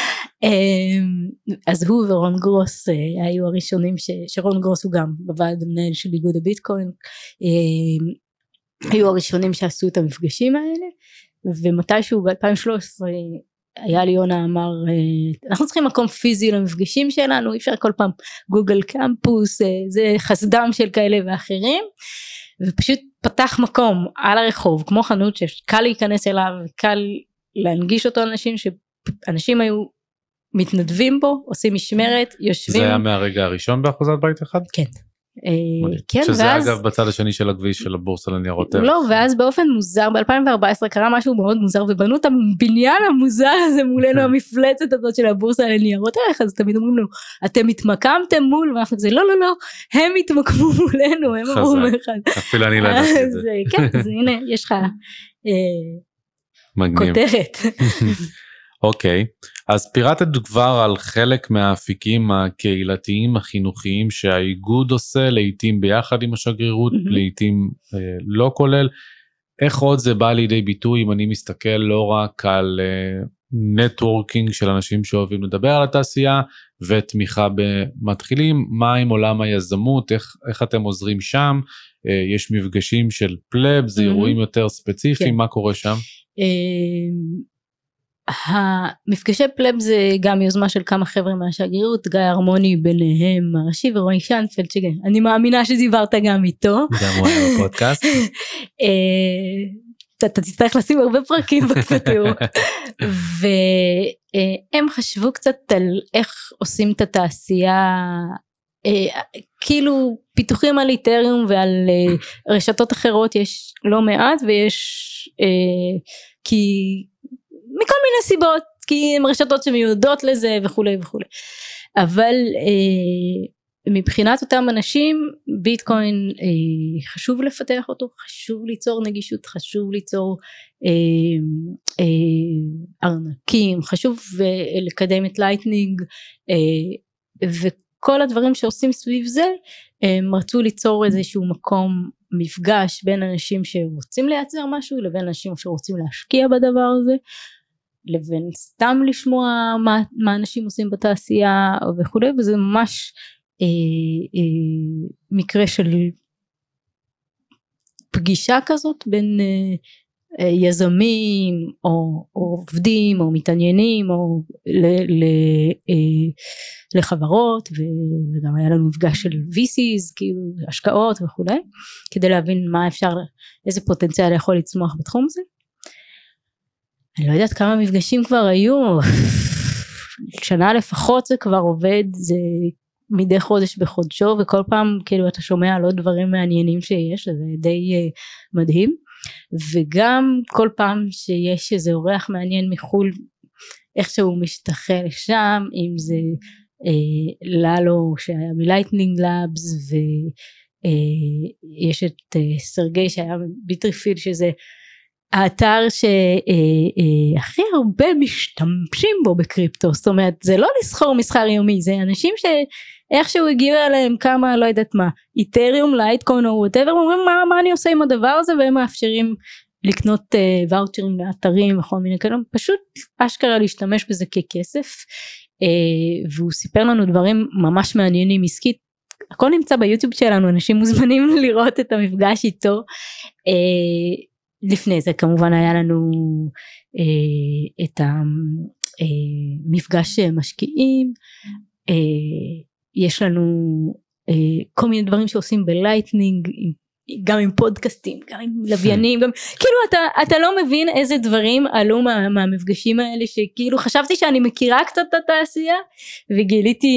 אז הוא ורון גרוס היו הראשונים, שרון גרוס הוא גם בוועד המנהל של איגוד הביטקוין, היו הראשונים שעשו את המפגשים האלה, ומתישהו ב-אלפיים ושלוש עשרה, היה לי יונה אמר, אנחנו צריכים מקום פיזי למפגשים שלנו, אי אפשר כל פעם גוגל קמפוס, זה חסדם של כאלה ואחרים, ופשוט פתח מקום על הרחוב, כמו חנות שקל להיכנס אליו, קל להנגיש אותו לאנשים, שאנשים היו מתנדבים בו, עושים משמרת, יושבים. זה היה מהרגע הראשון באחוזת בית אחד? כן. כן, שזה ואז, אגב בצד השני של הכביש של הבורסה לניירות ערך. לא, ואז באופן מוזר, ב-אלפיים וארבע עשרה קרה משהו מאוד מוזר, ובנו את הבניין המוזר הזה מולנו, המפלצת הזאת של הבורסה לניירות ערך, אז תמיד אומרים לנו, אתם התמקמתם מול, ואנחנו כזה, לא, לא, לא, הם התמקמו מולנו, הם אמרו מאחד. אפילו אני לא ידעתי את זה. כן, אז הנה, יש לך כותרת. אוקיי, אז פירטת כבר על חלק מהאפיקים הקהילתיים החינוכיים שהאיגוד עושה, לעתים ביחד עם השגרירות, לעתים אה, לא כולל. איך עוד זה בא לידי ביטוי אם אני מסתכל לא רק על נטוורקינג uh, של אנשים שאוהבים לדבר על התעשייה, ותמיכה במתחילים, מה עם עולם היזמות, איך, איך אתם עוזרים שם, uh, יש מפגשים של פלאב, זה אירועים יותר ספציפיים, כן. מה קורה שם? המפגשי פלאב זה גם יוזמה של כמה חבר'ה מהשגרירות, גיא הרמוני ביניהם הראשי ורועי שנפלד, שגם אני מאמינה שדיברת גם איתו. גם הוא היה בפודקאסט. אתה תצטרך לשים הרבה פרקים בכתוב. והם חשבו קצת על איך עושים את התעשייה, כאילו פיתוחים על איתריום ועל רשתות אחרות יש לא מעט, ויש כי מכל מיני סיבות, כי הן רשתות שמיועדות לזה וכולי וכולי. אבל אה, מבחינת אותם אנשים, ביטקוין אה, חשוב לפתח אותו, חשוב ליצור נגישות, חשוב ליצור אה, אה, ארנקים, חשוב אה, לקדם את לייטנינג, אה, וכל הדברים שעושים סביב זה, הם רצו ליצור איזשהו מקום מפגש בין אנשים שרוצים לייצר משהו, לבין אנשים שרוצים להשקיע בדבר הזה, לבין סתם לשמוע מה, מה אנשים עושים בתעשייה וכו', וזה ממש אה, אה, מקרה של פגישה כזאת בין אה, אה, יזמים או, או עובדים או מתעניינים או ל, ל, אה, לחברות, וגם היה לנו מפגש של וי סי'ס, כאילו השקעות וכו', כדי להבין מה אפשר, איזה פוטנציאל יכול לצמוח בתחום הזה. אני לא יודעת כמה מפגשים כבר היו, שנה לפחות זה כבר עובד, זה מדי חודש בחודשו, וכל פעם כאילו אתה שומע על עוד דברים מעניינים שיש, זה די uh, מדהים, וגם כל פעם שיש איזה אורח מעניין מחול, איך שהוא משתחל לשם, אם זה uh, ללו שהיה מלייטנינג לאבס, ויש uh, את uh, סרגי שהיה ביטריפיל, שזה האתר שהכי הרבה משתמשים בו בקריפטו, זאת אומרת זה לא לסחור מסחר יומי, זה אנשים שאיכשהו הגיעו אליהם כמה לא יודעת מה, איתריום, לייטקוין או whatever, אומרים מה, מה אני עושה עם הדבר הזה, והם מאפשרים לקנות uh, ואוצ'רים לאתרים וכל מיני כאלה, פשוט אשכרה להשתמש בזה ככסף, uh, והוא סיפר לנו דברים ממש מעניינים עסקית, הכל נמצא ביוטיוב שלנו, אנשים מוזמנים לראות את המפגש איתו. uh, לפני זה כמובן היה לנו אה, את המפגש משקיעים, אה, יש לנו אה, כל מיני דברים שעושים בלייטנינג, גם עם פודקאסטים, גם עם לוויינים, גם, כאילו אתה, אתה לא מבין איזה דברים עלו מה, מהמפגשים האלה, שכאילו חשבתי שאני מכירה קצת את התעשייה, וגיליתי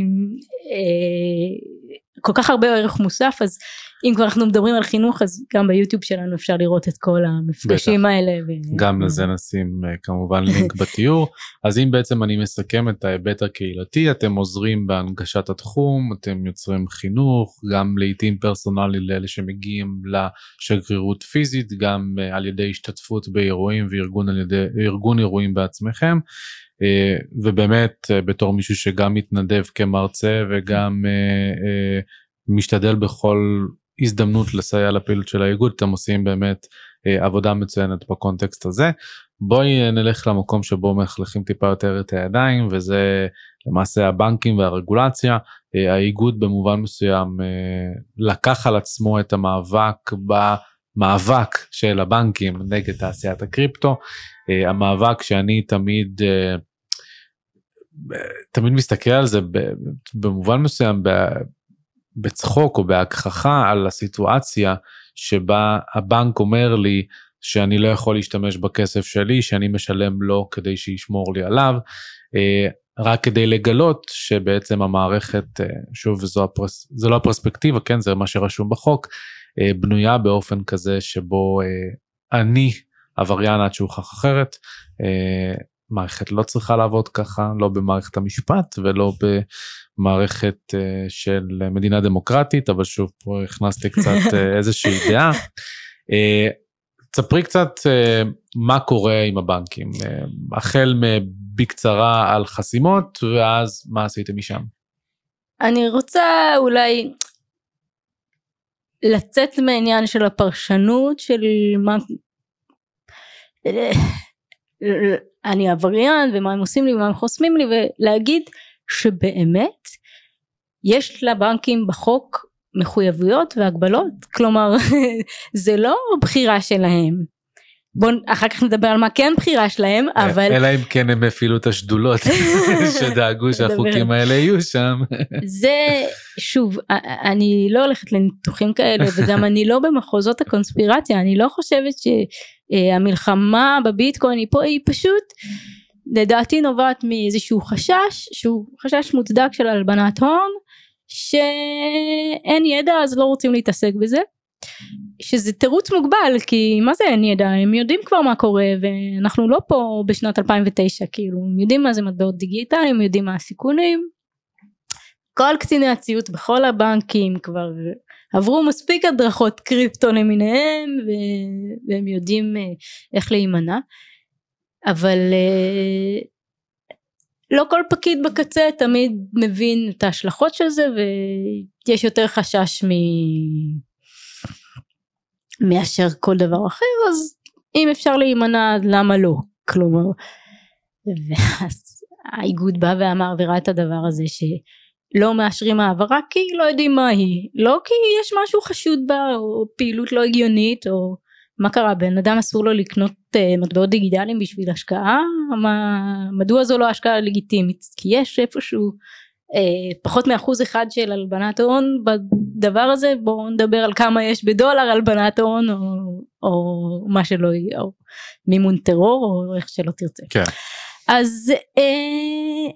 אה, כל כך הרבה ערך מוסף, אז אם כבר אנחנו מדברים על חינוך, אז גם ביוטיוב שלנו אפשר לראות את כל המפגשים בטח. האלה. ו... גם לזה נשים כמובן לינק בתיאור. אז אם בעצם אני מסכם את ההיבט הקהילתי, אתם עוזרים בהנגשת התחום, אתם יוצרים חינוך, גם לעתים פרסונלי לאלה שמגיעים לשגרירות פיזית, גם על ידי השתתפות באירועים וארגון על ידי, ארגון אירועים בעצמכם, ובאמת בתור מישהו שגם מתנדב כמרצה וגם משתדל בכל הזדמנות לסייע לפעילות של האיגוד, אתם עושים באמת עבודה מצוינת בקונטקסט הזה. בואי נלך למקום שבו מחלכים טיפה יותר את הידיים, וזה למעשה הבנקים והרגולציה. האיגוד במובן מסוים לקח על עצמו את המאבק במאבק של הבנקים נגד תעשיית הקריפטו, המאבק שאני תמיד תמיד מסתכל על זה במובן מסוים בצחוק או בהגחכה על הסיטואציה שבה הבנק אומר לי שאני לא יכול להשתמש בכסף שלי, שאני משלם לו כדי שישמור לי עליו. רק כדי לגלות שבעצם המערכת, שוב, זו הפרס, זה לא הפרספקטיבה, כן, זה מה שרשום בחוק, בנויה באופן כזה שבו אני עבריין עד שהוכח אחרת, מערכת לא צריכה לעבוד ככה, לא במערכת המשפט ולא במערכת של מדינה דמוקרטית, אבל שוב פה הכנסתי קצת איזושהי דעה. תספרי קצת מה קורה עם הבנקים, החל בקצרה על חסימות, ואז מה עשיתם משם? אני רוצה אולי לצאת מהעניין של הפרשנות של מה... אני עבריין ומה הם עושים לי ומה הם חוסמים לי, ולהגיד שבאמת יש לבנקים בחוק מחויבויות והגבלות, כלומר זה לא בחירה שלהם. בואו אחר כך נדבר על מה כן בחירה שלהם, אבל... אלא אם כן הם אפילו את השדולות שדאגו שהחוקים האלה יהיו שם. זה, שוב, אני לא הולכת לניתוחים כאלה, וגם אני לא במחוזות הקונספירציה, אני לא חושבת שהמלחמה בביטקוין היא פה, היא פשוט, לדעתי נובעת מאיזשהו חשש, שהוא חשש מוצדק של הלבנת הון, שאין ידע אז לא רוצים להתעסק בזה, שזה תירוץ מוגבל, כי מה זה אין ידע, הם יודעים כבר מה קורה, ואנחנו לא פה בשנת אלפיים ותשע, כאילו, הם יודעים מה זה מטבעות דיגיטליים, הם יודעים מה הסיכונים, כל קציני הציות בכל הבנקים כבר עברו מספיק הדרכות קריפטו למיניהם, והם יודעים איך להימנע, אבל לא כל פקיד בקצה תמיד מבין את ההשלכות של זה, ויש יותר חשש מ... מאשר כל דבר אחר, אז אם אפשר להימנע, למה לא? כלומר, ואז האיגוד בא ואמר וראה את הדבר הזה, שלא מאשרים העברה, כי לא יודעים מה היא, לא כי יש משהו חשוד בה, או פעילות לא הגיונית, או מה קרה, בן אדם אסור לו לקנות מטבעות דיגיטליים בשביל השקעה, מה, מדוע זו לא השקעה לגיטימית? כי יש איפשהו אה, פחות מאחוז אחד של הלבנת הון בדבר הזה, בואו נדבר על כמה יש בדולר הלבנת הון, או, או מה שלא יהיה, או מימון טרור, או איך שלא תרצה. כן. אז אה,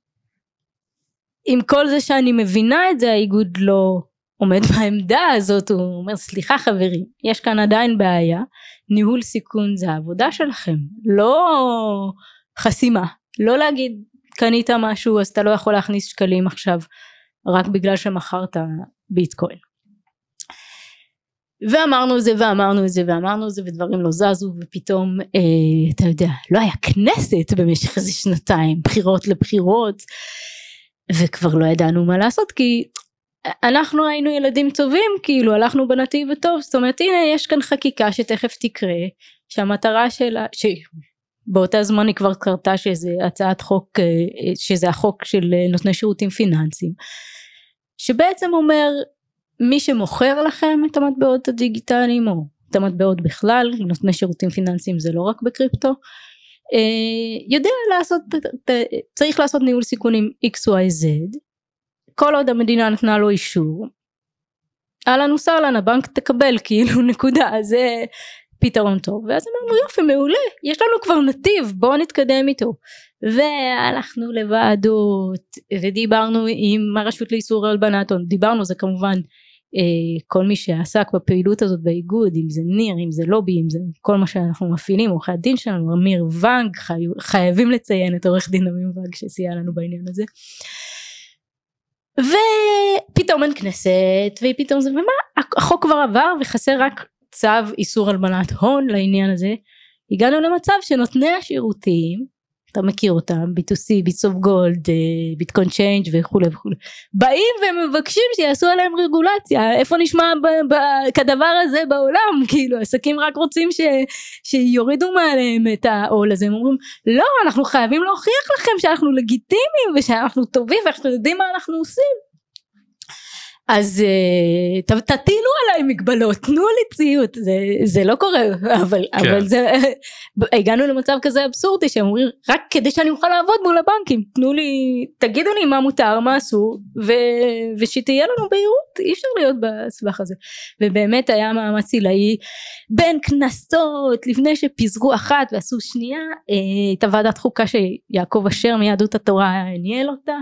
עם כל זה שאני מבינה את זה, האיגוד לא עומד בעמדה הזאת, הוא אומר סליחה חברים, יש כאן עדיין בעיה, ניהול סיכון זה העבודה שלכם, לא חסימה, לא להגיד קנית משהו אז אתה לא יכול להכניס שקלים עכשיו, רק בגלל שמכרת ביטקוין. ואמרנו זה ואמרנו זה ואמרנו זה ודברים לא זזו, ופתאום אה, אתה יודע, לא היה כנסת במשך איזה שנתיים, בחירות לבחירות, וכבר לא ידענו מה לעשות, כי אנחנו היינו ילדים טובים, כאילו הלכנו בנתיב הטוב, זאת אומרת הנה יש כאן חקיקה שתכף תקרה, שהמטרה שלה, שבאותה זמן היא כבר קרתה שזה הצעת חוק, שזה החוק של נותני שירותים פיננסיים, שבעצם אומר מי שמוכר לכם את המטבעות הדיגיטליים, או את המטבעות בכלל, נותני שירותים פיננסיים זה לא רק בקריפטו, יודע לעשות, צריך לעשות ניהול סיכונים X Y Z, כל עוד המדינה נתנה לו אישור, אהלן וסהלן, הבנק תקבל כאילו נקודה, זה פתרון טוב, ואז אמרנו יופי מעולה, יש לנו כבר נתיב, בואו נתקדם איתו, והלכנו לוועדות, ודיברנו עם הרשות לאיסור הלבנת הון, דיברנו זה כמובן, כל מי שעסק בפעילות הזאת באיגוד, אם זה ניר, אם זה לובי, אם זה כל מה שאנחנו מפעילים, עורכי הדין שלנו, אמיר ונג, חי... חייבים לציין את עורך דין אמיר ונג שסייע לנו בעניין הזה, ופתאום אין כנסת, ופתאום זה, ומה, החוק כבר עבר וחסר רק צו איסור הלבנת הון לעניין הזה, הגענו למצב שנותני השירותים, אתה מכיר אותם, בי טו סי, ביטס אוף גולד, ביטקוין צ'יינג' וכו' וכו', באים ומבקשים שיעשו עליהם רגולציה, איפה נשמע ב- ב- כדבר הזה בעולם, כאילו עסקים רק רוצים ש- שיורידו מעליהם את העול הזה, הם אומרים, לא, אנחנו חייבים להוכיח לכם שאנחנו לגיטימיים, ושאנחנו טובים, ואנחנו יודעים מה אנחנו עושים, אז uh, תטילו עליי מגבלות, תנו לי ציות, זה, זה לא קורה, אבל, כן. אבל זה, הגענו למצב כזה אבסורדי, שהם אומרים, רק כדי שאני אוכל לעבוד מול הבנקים, תנו לי, תגידו לי מה מותר, מה אסור, ו, ושתהיה לנו בהירות, אי אפשר להיות בסבך הזה, ובאמת היה מאמץ עילאי, בין כנסות, לפני שפיזרו אחת ועשו שנייה, הייתה ועדת חוקה שיעקב אשר מיהדות התורה ניהל אותה,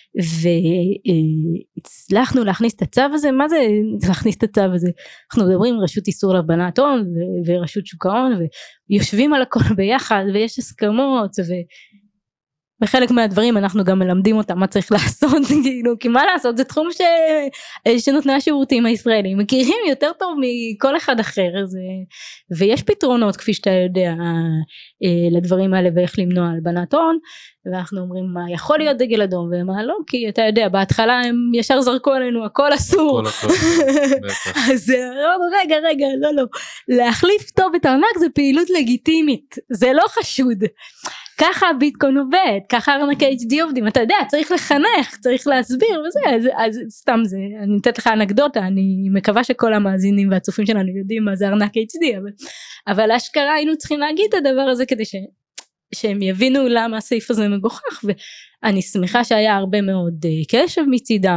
והצלחנו להכניס את הצו הזה. מה זה להכניס את הצו הזה? אנחנו מדברים רשות איסור להלבנת הון ורשות שוק ההון ויושבים על הכל ביחד ויש הסכמות וחלק מהדברים אנחנו גם מלמדים אותם מה צריך לעשות, כאילו, כי מה לעשות, זה תחום ש... שנותני השירותים הישראלים מכירים יותר טוב מכל אחד אחר, זה... ויש פתרונות כפי שאתה יודע לדברים האלה ואיך למנוע הלבנת הון, ואנחנו אומרים מה יכול להיות דגל אדום ומה לא, כי אתה יודע בהתחלה הם ישר זרקו עלינו הכל אסור, אז רגע רגע לא לא, להחליף כתובת הארנק זה פעילות לגיטימית, זה לא חשוד, ככה ביטקוין עובד, ככה ארנקי אייץ' די עובדים, אתה יודע צריך לחנך, צריך להסביר וזה, אז, אז סתם זה, אני נתת לך אנקדוטה, אני מקווה שכל המאזינים והצופים שלנו יודעים מה זה ארנק אייץ' די, אבל, אבל אשכרה היינו צריכים להגיד את הדבר הזה כדי ש... שהם יבינו למה הסעיף הזה מגוחך, ואני שמחה שהיה הרבה מאוד קשב מצידם,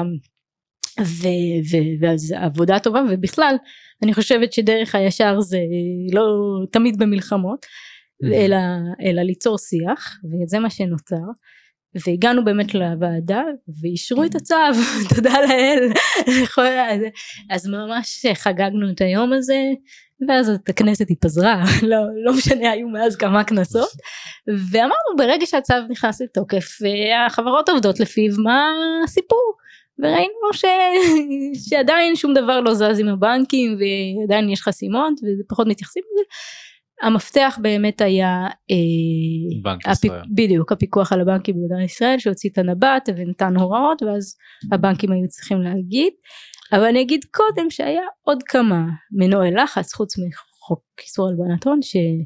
ואז עבודה טובה, ובכלל אני חושבת שדרך הישר זה לא תמיד במלחמות, אלא, אלא ליצור שיח, וזה מה שנוצר, והגענו באמת לוועדה, ואישרו את הצו, תודה לאל, אז ממש חגגנו את היום הזה, ואז הכנסת התפזרה, לא, לא משנה, היו מאז כמה כנסות, ואמרנו ברגע שהצו נכנס לתוקף, החברות עובדות לפיו מה הסיפור, וראינו ש... שעדיין שום דבר לא זז עם הבנקים, ועדיין יש חסימות, ופחות מתייחסים לזה, המפתח באמת היה, בנק הפ... ישראל. בדיוק, הפיקוח על הבנקים במדינת ישראל, שהוציא את הנבט ונתן הוראות, ואז הבנקים היו צריכים להגיד, אבל אני אגיד קודם שהיה עוד כמה מנועי לחץ חוץ מחוק איסור הלבנת הון,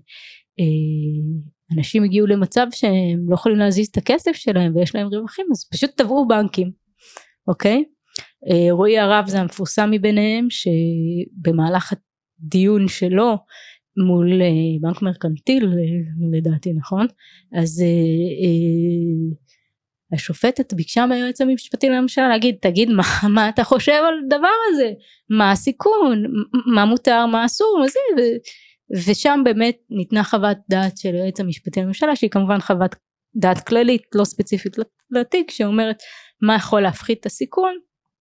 שאנשים הגיעו למצב שהם לא יכולים להזיז את הכסף שלהם ויש להם רווחים, אז פשוט תבעו בנקים, אוקיי? רועי הרב זה המפורסם מביניהם, שבמהלך הדיון שלו מול בנק מרקנטיל לדעתי, נכון? אז השופטת ביקשה מהיועץ המשפטי לממשלה להגיד, תגיד מה, מה אתה חושב על דבר הזה, מה הסיכון, מה מותר, מה אסור, מה זה, ו, ושם באמת ניתנה חוות דעת של היועץ המשפטי לממשלה, שהיא כמובן חוות דעת כללית, לא ספציפית לתיק, שאומרת מה יכול להפחית את הסיכון,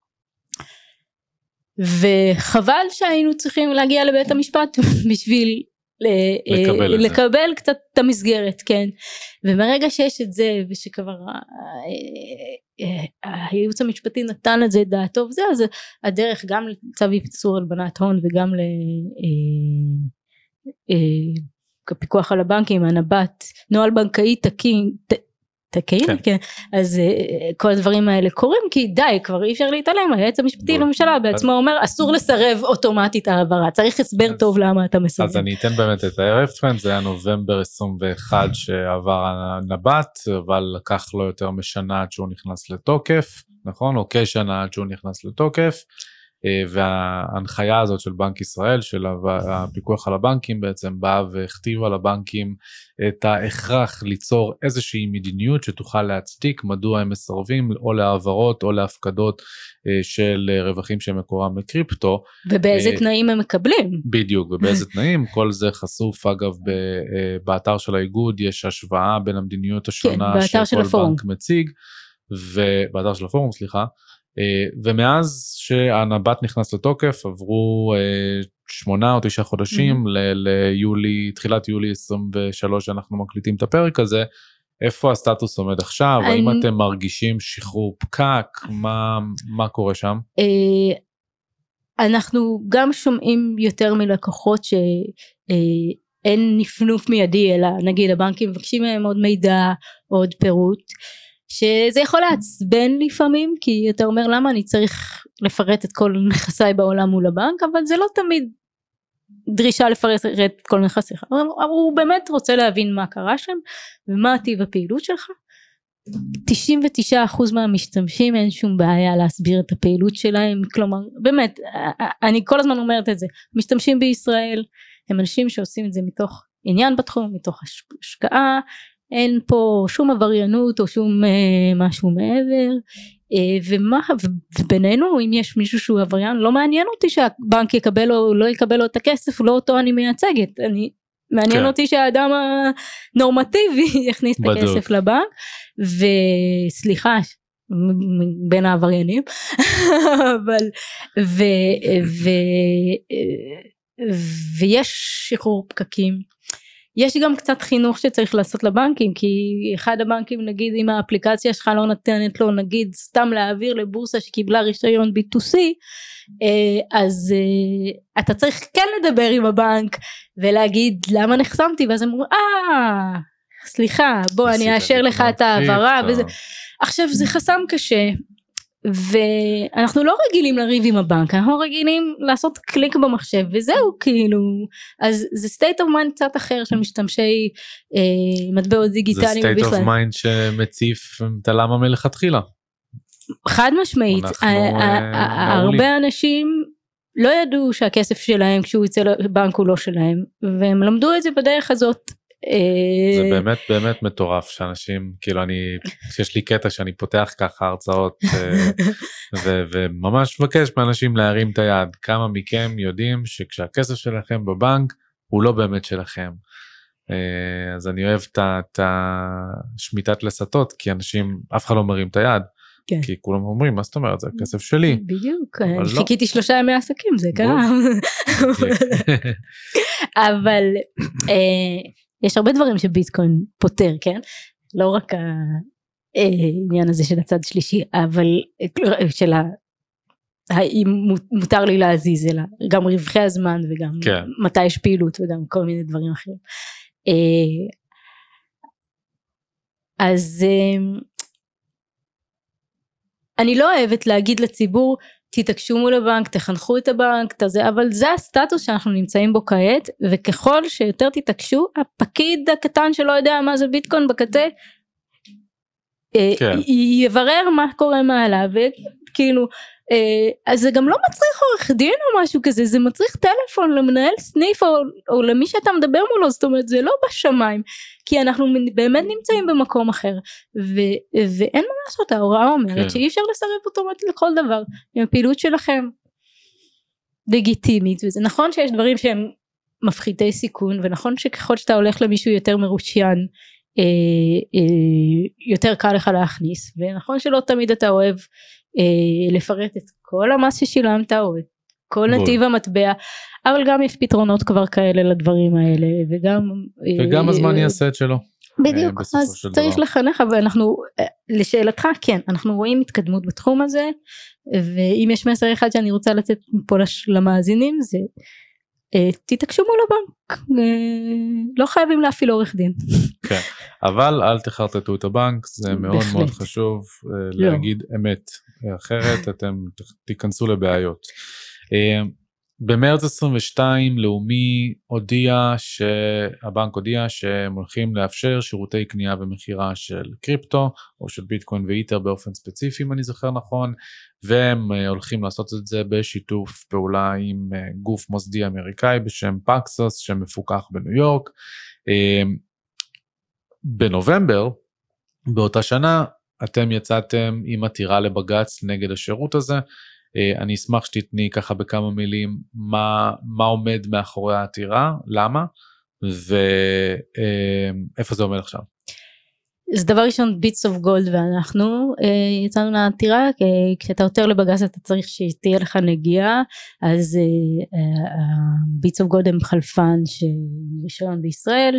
וחבל שהיינו צריכים להגיע לבית המשפט בשביל לקבל, לקבל קצת את המסגרת, כן, ומרגע שיש את זה ושכבר הייעוץ המשפטי נתן את זה דעתו וזה, אז הדרך גם לצו איסור הלבנת הון וגם לפיקוח על הבנקים, הנבט, נוהל בנקאי תקין, תקין, כן. כן. אז uh, כל הדברים האלה קורים, כי די, כבר אי אפשר להתעלם, היועץ המשפטי לממשלה בעצמו אומר, אסור לסרב אוטומטית העברה, צריך הסבר טוב למה אתה מסרב. אז אני אתן באמת את הרפרנס, זה היה נובמבר עשרים ואחת שעבר הנבט, אבל לקח לו יותר משנה עד שהוא נכנס לתוקף, נכון? או כשנה עד שהוא נכנס לתוקף, וההנחיה הזאת של בנק ישראל, של הפיקוח על הבנקים בעצם באה והכתיבה לבנקים את ההכרח ליצור איזושהי מדיניות שתוכל להצדיק מדוע הם מסרבים או להעברות או להפקדות של רווחים שמקורם בקריפטו. ובאיזה תנאים הם מקבלים. בדיוק, ובאיזה תנאים, כל זה חשוף אגב באתר של האיגוד, יש השוואה בין המדיניות השונה כן, שכל בנק מציג, ובאתר של הפורום, סליחה, ומאז שהנבט נכנס לתוקף עברו שמונה או תשעה חודשים ליולי, תחילת יולי עשרים ושלוש שאנחנו מקליטים את הפרק הזה, איפה הסטטוס עומד עכשיו? האם אתם מרגישים שחרור פקק? מה קורה שם? אנחנו גם שומעים יותר מלקוחות שאין נפנוף מיידי, אלא נגיד הבנקים מבקשים מהם עוד מידע, עוד פירוט, שזה יכול לעצבן לפעמים, כי אתה אומר למה אני צריך לפרט את כל נכסיי בעולם מול הבנק, אבל זה לא תמיד דרישה לפרט את כל נכסיך, הוא באמת רוצה להבין מה קרה שם, ומה טיב הפעילות שלך, תשעים ותשעה אחוז מהמשתמשים אין שום בעיה להסביר את הפעילות שלהם, כלומר באמת אני כל הזמן אומרת את זה, משתמשים בישראל הם אנשים שעושים את זה מתוך עניין בתחום, מתוך השקעה, אין פה שום עבריינות או שום אה, משהו מעבר, אה, ומה, ובינינו אם יש מישהו שהוא עבריין, לא מעניין אותי שהבנק יקבל או לא יקבל לו את הכסף, לא אותו אני מייצגת, אני, מעניין כן. אותי שהאדם הנורמטיבי יכניס בדיוק. את הכסף לבנק, וסליחה, בין העבריינים, אבל, ו, ו, ויש שחרור פקקים, יש גם קצת חינוך שצריך לעשות לבנקים, כי אחד הבנקים נגיד אם האפליקציה שלך לא נתנת לו נגיד סתם להעביר לבורסה שקיבלה רישיון בי טו סי, אז אתה צריך כן לדבר עם הבנק ולהגיד למה נחסמתי, ואז אמרו אה סליחה בוא אני אאשר לך את העברה, עכשיו זה חסם קשה, ואנחנו לא רגילים לריב עם הבנק, אנחנו רגילים לעשות קליק במחשב וזהו כאילו, אז זה state of mind קצת אחר של משתמשי אה, מטבעות דיגיטליים. זה state of mind שמציף את הלמה מלכתחילה. חד משמעית, הרבה אנשים לא ידעו שהכסף שלהם כשהוא יצא לבנק הוא לא שלהם, והם למדו את זה בדרך הזאת. זה באמת באמת מטורף שאנשים כאילו אני שיש לי קטע שאני פותח ככה הרצאות וממש מבקש מאנשים להרים את היד, כמה מכם יודעים שכשהכסף שלכם בבנק הוא לא באמת שלכם, אז אני אוהב את השמיטת לסתות, כי אנשים אף אחד לא מרים את היד, כי כולם אומרים מה זאת אומרת זה הכסף שלי, בדיוק חיכיתי שלושה ימי עסקים זה קרה, אבל יש הרבה דברים שביטקוין פותר, כן? לא רק העניין הזה של הצד שלישי, אבל של האם מותר לי להזיז, אלא גם רווחי הזמן וגם כן. מתי יש פעילות וגם כל מיני דברים אחרים. אז אני לא אוהבת להגיד לציבור, תתעקשו מול הבנק, תחנכו את הבנק, תזה, אבל זה הסטטוס שאנחנו נמצאים בו כעת, וככל שיותר תתעקשו, הפקיד הקטן שלא יודע מה זה ביטקוין בקצה, כן. יברר מה קורה מעלה, וכאילו, אז זה גם לא מצריך עורך דין או משהו כזה, זה מצריך טלפון למנהל סניף, או, או למי שאתה מדבר מולו, זאת אומרת, זה לא בשמיים, כי אנחנו באמת נמצאים במקום אחר, ו, ואין מה לעשות, ההוראה אומרת, כן. שאי אפשר לסרב אוטומטית לכל דבר, עם הפעילות שלכם, לגיטימית, וזה נכון שיש דברים שהם מפחיתי סיכון, ונכון שככל שאתה הולך למישהו יותר מרושיין, אה, אה, יותר קל לך להכניס, ונכון שלא תמיד אתה אוהב, אה, לפרט את כל המס ששילמת או את כל נתיב המטבע, אבל גם יש פתרונות כבר כאלה לדברים האלה, וגם וגם אה, הזמן אה, יעשה את שלו בדיוק, אה, אז צריך דבר. לחנך, ואנחנו אה, לשאלתך כן, אנחנו רואים התקדמות בתחום הזה, ואם יש מסר אחד שאני רוצה לצאת פה למאזינים, זה אה, תתעקשו מול הבנק, אה, לא חייבים להפעיל עורך דין. כן, אבל אל תחרטטו את הבנק, זה מאוד בהחלט. מאוד חשוב אה, להגיד לא. אמת, אחרת אתם תיכנסו לבעיות. במרץ עשרים ושתיים לאומי הודיע שהבנק הודיע שהם הולכים לאפשר שירותי קנייה ומכירה של קריפטו או של ביטקוין ואיתר באופן ספציפי אם אני זוכר נכון, והם הולכים לעשות את זה בשיתוף פעולה עם גוף מוסדי אמריקאי בשם פקסוס שמפוקח בניו יורק. בנובמבר באותה שנה אתם יצאתם עם עתירה לבג"ץ נגד השירות הזה. אני אשמח שתתני ככה בכמה מילים מה, מה עומד מאחורי העתירה, למה, ואיפה זה עומד עכשיו. אז דבר ראשון, ביטס אוף גולד ואנחנו יצאנו לעתירה, כשאתה עותר לבג"ץ אתה צריך שתהיה לך נגיעה, אז ביטס אוף גולד הם חלפן שרישיון בישראל,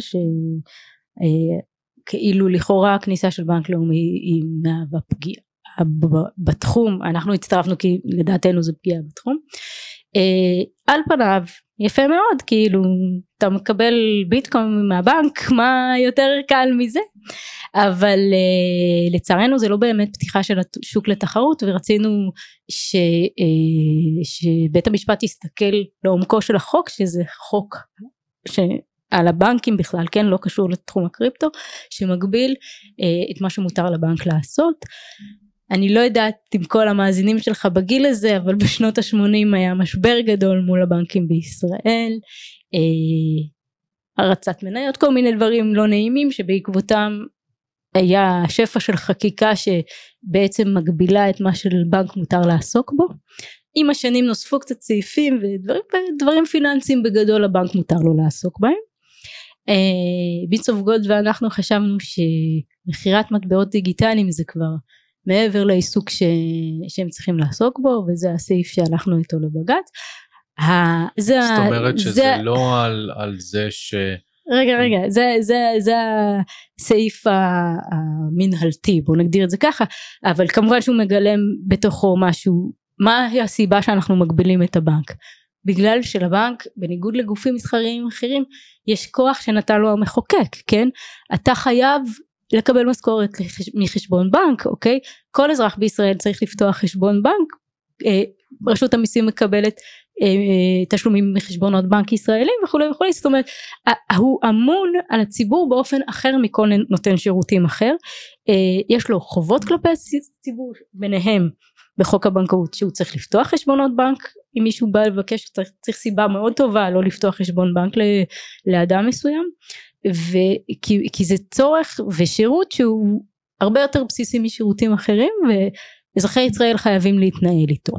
שכאילו לכאורה הכניסה של בנק לאומי היא מהווה פגיעה. בתחום, אנחנו הצטרפנו כי לדעתנו זה פגיעה בתחום, על פניו יפה מאוד, כאילו אתה מקבל ביטקוין מהבנק, מה יותר קל מזה, אבל לצערנו זה לא באמת פתיחה של השוק לתחרות, ורצינו ש, שבית המשפט יסתכל לעומקו של החוק, שזה חוק ש על הבנקים בכלל, כן, לא קשור לתחום הקריפטו, שמגביל אה, את מה שמותר לבנק לעשות. אני לא יודעת עם כל המאזינים שלך בגיל הזה, אבל בשנות ה-שמונים היה משבר גדול מול הבנקים בישראל, אה, הרצת מניות, כל מיני דברים לא נעימים, שבעקבותם היה שפע של חקיקה שבעצם מגבילה את מה של בנק מותר לעסוק בו. עם השנים נוספו קצת סעיפים ודברים, ודברים פיננסיים בגדול הבנק מותר לו לעסוק בהם. ביטס אוף גולד ואנחנו חשבנו שמכירת מטבעות דיגיטליים זה כבר מעבר לעיסוק ש... שהם צריכים לעסוק בו, וזה הסעיף שהלכנו איתו לבג"ץ. זאת אומרת שזה זה... לא על, על זה ש... רגע רגע, זה, זה, זה הסעיף המנהלתי, בואו נגדיר את זה ככה, אבל כמובן שהוא מגלם בתוכו משהו, מה הסיבה שאנחנו מגבילים את הבנק? בגלל שלבנק, בניגוד לגופים מסחריים אחרים, יש כוח שנתן לו המחוקק, כן? אתה חייב לקבל משכורת מחשבון בנק, אוקיי? כל אזרח בישראל צריך לפתוח חשבון בנק, רשות המיסים מקבלת תשלומים מחשבונות בנק ישראלים וכולי וכולי, זאת אומרת הוא אמון על הציבור באופן אחר מכל נותן שירותים אחר, יש לו חובות כלפי הציבור, ביניהם בחוק הבנקאות שהוא צריך לפתוח חשבונות בנק, אם מישהו בא לבקש צריך, צריך סיבה מאוד טובה לא לפתוח חשבון בנק לאדם מסוים, וכי, כי זה צורך ושירות שהוא הרבה יותר בסיסי משירותים אחרים, ואזרחי ישראל חייבים להתנהל איתו.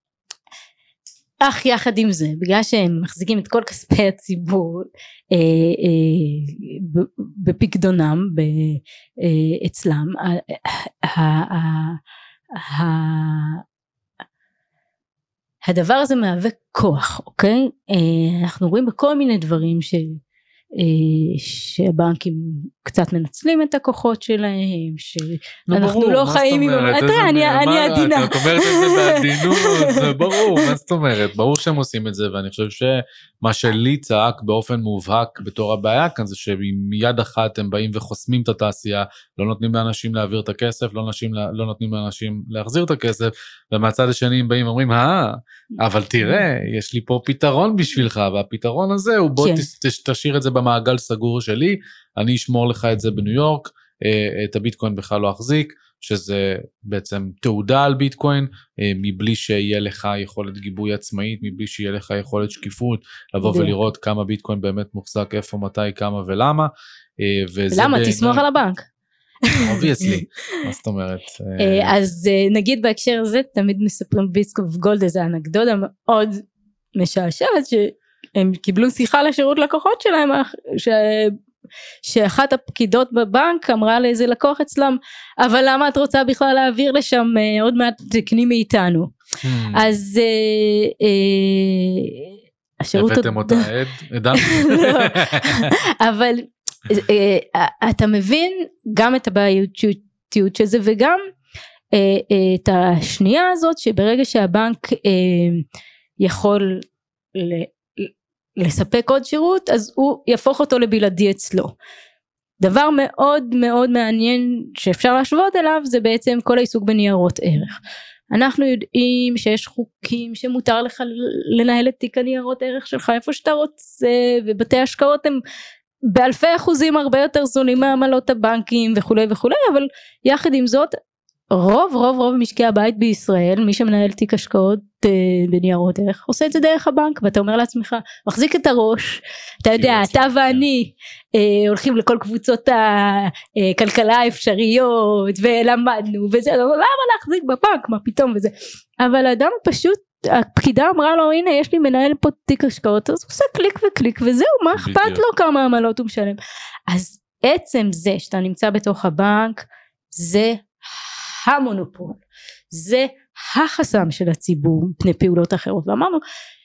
אך יחד עם זה, בגלל שהם מחזיקים את כל כספי הציבור אה, אה, בפקדונם ב, אה, אצלם, ה, ה, ה, הדבר הזה מהווה כוח, אוקיי? אה, אנחנו רואים בכל מיני דברים ש... שהבנקים קצת מנצלים את הכוחות שלהם, שאנחנו לא חיים עם... אני עדינה. את אומרת את זה בעדינות, זה ברור, מה זאת אומרת? ברור שהם עושים את זה, ואני חושב שמה שלי צעק באופן מובהק בתור הבעיה כאן, זה שמיד אחת הם באים וחוסמים את התעשייה, לא נותנים לאנשים להעביר את הכסף, לא נותנים לאנשים להחזיר את הכסף, ומהצד השני הם באים ואומרים, אה, אבל תראה, יש לי פה פתרון בשבילך, והפתרון הזה הוא בוא תשאיר את זה במעגל סגור שלי, אני אשמור לך את זה בניו יורק, את הביטקוין בכלל לא אחזיק, שזה בעצם תעודה על ביטקוין, מבלי שיהיה לך יכולת גיבוי עצמאית, מבלי שיהיה לך יכולת שקיפות, לבוא ולראות כמה ביטקוין באמת מוחזק, איפה, מתי, כמה ולמה. למה? תסמוך על הבנק. obviously, מה זאת אומרת? אז נגיד בהקשר הזה, תמיד מספרים ביטס אוף גולד, איזה אנקדוטה מאוד משעשעת, שהם קיבלו שיחה לשירות לקוחות שלהם, ש... שאחת הפקידות בבנק אמרה לאיזה לקוח אצלם, אבל למה את רוצה בכלל להעביר לשם, עוד מעט תקני מאיתנו. אז השירות... הבאתם אותה עד? עדמתי? אבל אתה מבין גם את הבעייתיות של זה, וגם את השנייה הזאת, שברגע שהבנק יכול לספק עוד שירות, אז הוא יהפוך אותו לבלעדי אצלו. דבר מאוד מאוד מעניין שאפשר להשוות אליו, זה בעצם כל העיסוק בניירות ערך. אנחנו יודעים שיש חוקים שמותר לך לנהל את תיק הניירות ערך שלך איפה שאתה רוצה, ובתי השקעות הם באלפי אחוזים הרבה יותר זולים מעמלות הבנקים וכולי וכולי, אבל יחד עם זאת, רוב רוב רוב משקי הבית בישראל, מי שמנהל תיק השקעות אה, בניירות ערך, עושה את זה דרך הבנק, ואתה אומר לעצמך, מחזיק את הראש, אתה יודע, אתה ואני אה, הולכים לכל קבוצות הכלכלה האפשריות, ולמדנו, וזה, למה להחזיק בבנק, מה פתאום וזה, אבל האדם פשוט, הפקידה אמרה לו, הנה יש לי מנהל פה תיק השקעות, אז הוא עושה קליק וקליק, וזהו, מה אכפת לו כמה עמלות הוא משלם, אז עצם זה שאתה נמצא בתוך הבנק, זה המונופול, זה החסם של הציבור פני פעולות אחרות, ואמרנו,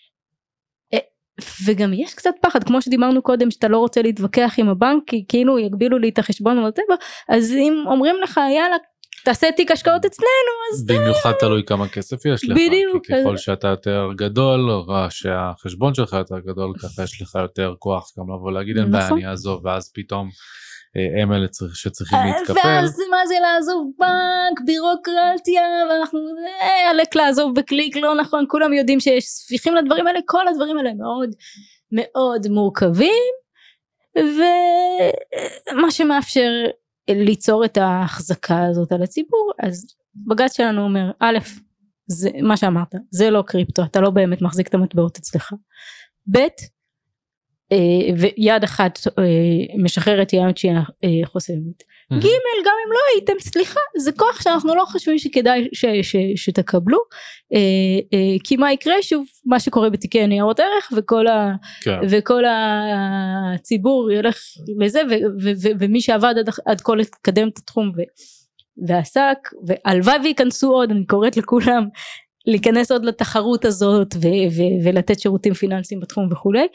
וגם יש קצת פחד, כמו שדיברנו קודם, שאתה לא רוצה להתווכח עם הבנק, כי כאילו יגבילו לי את החשבון וטבע, אז אם אומרים לך, יאללה, תעשה תיק השקעות אצלנו, אז במיוחד תלוי כמה כסף יש לך, בדיוק, כי ככל שאתה יותר גדול, או שהחשבון שלך יותר גדול, ככה יש לך יותר כוח, גם לבוא להגיד, אין בעיה, אני אעזוב, ואז פתאום, הם אלה שצריכים להתקפל. ואז מה זה לעזוב בנק, בירוקרטיה, ואנחנו, אה, עלק לעזוב בקליק, לא נכון, כולם יודעים שיש ספיחים לדברים האלה, כל הדברים האלה מאוד מאוד מורכבים, ומה שמאפשר ליצור את ההחזקה הזאת על הציבור. אז בג"ץ שלנו אומר, א', זה מה שאמרת, זה לא קריפטו, אתה לא באמת מחזיק את המטבעות אצלך. ב', ויד אחת משחררת יד שהיא חוסמת. ג', גם אם לא הייתם, סליחה, זה כוח שאנחנו לא חושבים שכדאי שתקבלו, כי מה יקרה שוב, מה שקורה בתיקי ניירות ערך, וכל הציבור ילך לזה, ומי שעבד עד כה לקדם את התחום ועסק, והלוואי וייכנסו עוד, אני קוראת לכולם, להיכנס עוד לתחרות הזאת, ולתת שירותים פיננסיים בתחום וכולי,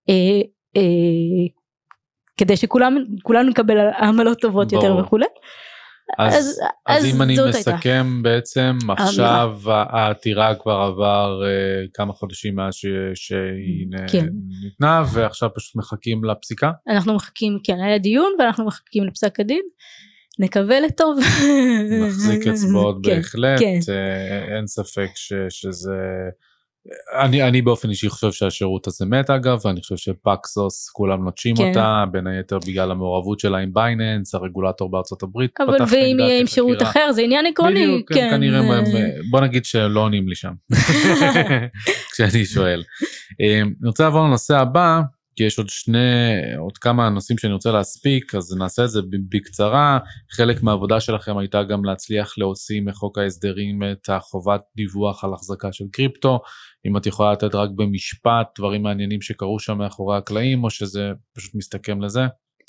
כדי שכולנו נקבל עמלות טובות יותר וכולי. אז אם אני מסכם בעצם, עכשיו העתירה כבר עבר כמה חודשים מאז שהיא ניתנה, ועכשיו פשוט מחכים לפסיקה? אנחנו מחכים, כן, היה דיון, ואנחנו מחכים לפסק הדין, נקווה לטוב. נחזיק אצבעות בהחלט, אין ספק שזה... אני, אני באופן אישי חושב שהשירות הזה מת אגב, ואני חושב שפקסוס כולם נוטשים כן. אותה, בין היתר בגלל המעורבות שלה עם בייננס, הרגולטור בארצות הברית. אבל ואם יהיה עם שירות אחר, זה עניין עקרוני. בדיוק, כן. כנראה, בוא נגיד שלא עונים לי שם, כשאני שואל. אני רוצה לעבור לנושא הבא, כי יש עוד שני, עוד כמה נושאים שאני רוצה להספיק, אז נעשה את זה בקצרה. חלק מהעבודה שלכם הייתה גם להצליח להוציא מחוק ההסדרים את החובת דיווח על החזקה של קריפטו, אם את יכולה לתת רק במשפט דברים מעניינים שקרו שם מאחורי הקלעים, או שזה פשוט מסתכם לזה?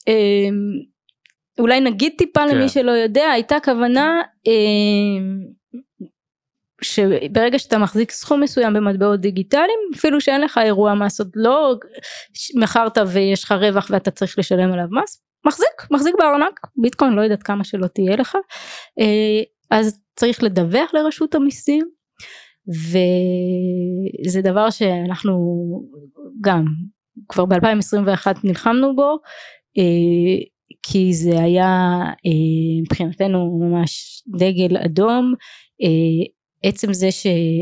אולי נגיד טיפה למי שלא יודע, הייתה כוונה... שברגע שאתה מחזיק סכום מסוים במטבעות דיגיטליים, אפילו שאין לך אירוע מס, עוד לא מכרת ויש לך רווח ואתה צריך לשלם עליו מס, מחזיק, מחזיק בארנק, ביטקוין לא יודעת כמה שלא תהיה לך, אז צריך לדווח לרשות המיסים, וזה דבר שאנחנו גם כבר ב-אלפיים עשרים ואחת נלחמנו בו, כי זה היה מבחינתנו ממש דגל אדום, עצם זה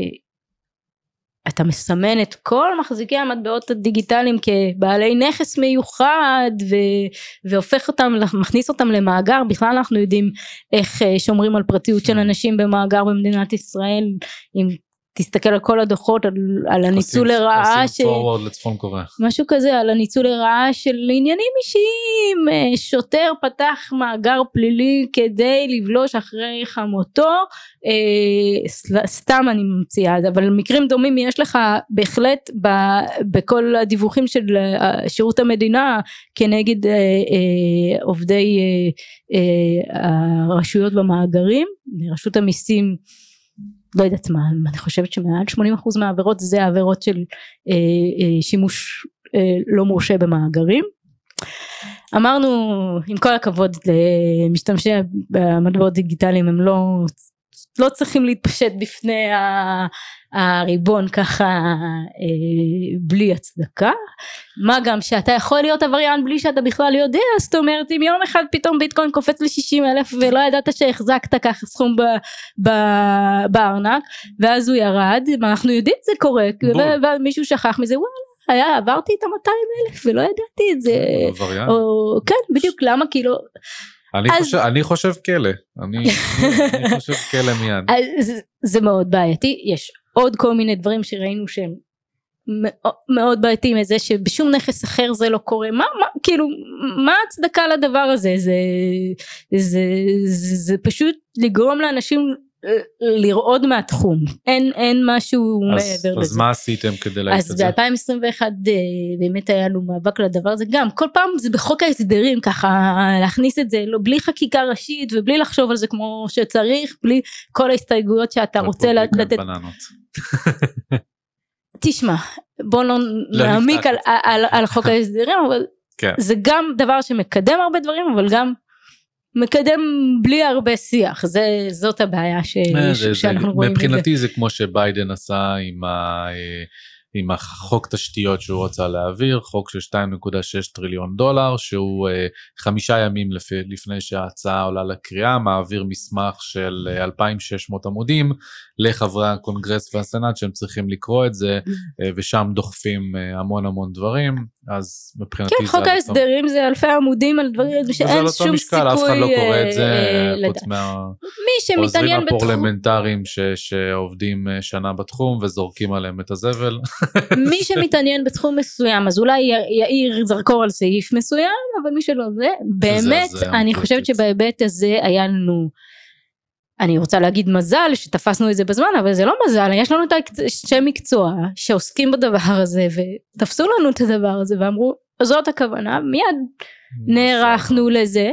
שאתה מסמן את כל מחזיקי המטבעות הדיגיטליים כבעלי נכס מיוחד ו- והופך אותם, מכניס אותם למאגר, בכלל אנחנו יודעים איך שומרים על פרטיות של אנשים במאגר במדינת ישראל, אם תסתכל על כל הדוחות, על, על הניצול לרעה, עושים פורוורד לצפון קוריאה. משהו כזה, על הניצול לרעה של עניינים אישיים, שוטר פתח מאגר פלילי כדי לבלוש אחרי חמותו, סתם אני ממציאה, אבל מקרים דומים יש לך בהחלט בכל הדיווחים של שירות המדינה, כנגד עובדי הרשויות במאגרים, רשות המיסים, לא יודעת מה, אני חושבת שמעל שמונים אחוז מהעבירות זה העבירות של אה, אה, שימוש אה, לא מורשה במאגרים. אמרנו עם כל הכבוד למשתמשי במטבעות דיגיטליים, הם לא, לא צריכים להתפשט בפני הריבון ככה אה, בלי הצדקה, מה גם שאתה יכול להיות עבריין בלי שאתה בכלל יודע, זאת אומרת אם יום אחד פתאום ביטקוין קופץ ל-שישים אלף ולא ידעת שהחזקת ככה סכום ב- ב- בארנק, ואז הוא ירד, אנחנו יודעים זה קורה, ומישהו שכח מזה, וואלה היה, עברתי את ה-מאתיים אלף ולא ידעתי את זה, או, כן בדיוק, למה כאילו אני, אז, חושב, אני חושב כלא, אני, אני חושב כלא מיד. אז זה מאוד בעייתי, יש עוד כל מיני דברים שראינו שהם מאוד בעייתיים, זה שבשום נכס אחר זה לא קורה, מה, מה, כאילו, מה הצדקה לדבר הזה, זה, זה, זה, זה פשוט לגרום לאנשים לרעוד מהתחום, אין, אין משהו אז, מעבר אז לזה. מה עשיתם כדי להעיף את אז זה? אז ב-אלפיים עשרים ואחת באמת היה לנו מאבק לדבר הזה, גם כל פעם זה בחוק ההסדרים ככה, להכניס את זה לא, בלי חקיקה ראשית, ובלי לחשוב על זה כמו שצריך, בלי כל ההסתייגויות שאתה רוצה לתת. תשמע, בוא לא נעמיק על, על, על חוק ההסדרים, אבל כן. זה גם דבר שמקדם הרבה דברים, אבל גם מקדם בלי הרבה שיח, זה, זאת הבעיה ש, זה, שאנחנו זה, רואים. מבחינתי זה כמו שביידן עשה עם עם החוק תשתיות שהוא רוצה להעביר, חוק של שתיים נקודה שש טריליון דולר, שהוא אה, חמישה ימים לפ... לפני שההצעה עולה לקריאה, מעביר מסמך של אה, אלפיים ושש מאות עמודים לחברי הקונגרס והסנאט שהם צריכים לקרוא את זה, אה, ושם דוחפים אה, המון המון דברים, אז מבחינתי כן, חוק ההסדרים זה אלפי עמודים על דברים שאין שום סיכוי אף אחד לא קורא את זה, חוץ מהעוזרים הפרלמנטריים שעובדים שנה בתחום וזורקים עליהם את הזבל. מי שמתעניין בתחום מסוים אז אולי יאיר זרקור על סעיף מסוים, אבל מי שלא זה, באמת אני חושבת שבהיבט הזה היה לנו, אני רוצה להגיד מזל שתפסנו את זה בזמן, אבל זה לא מזל, יש לנו את אנשי מקצוע שעוסקים בדבר הזה ותפסו לנו את הדבר הזה ואמרו זאת הכוונה, מיד נערכנו לזה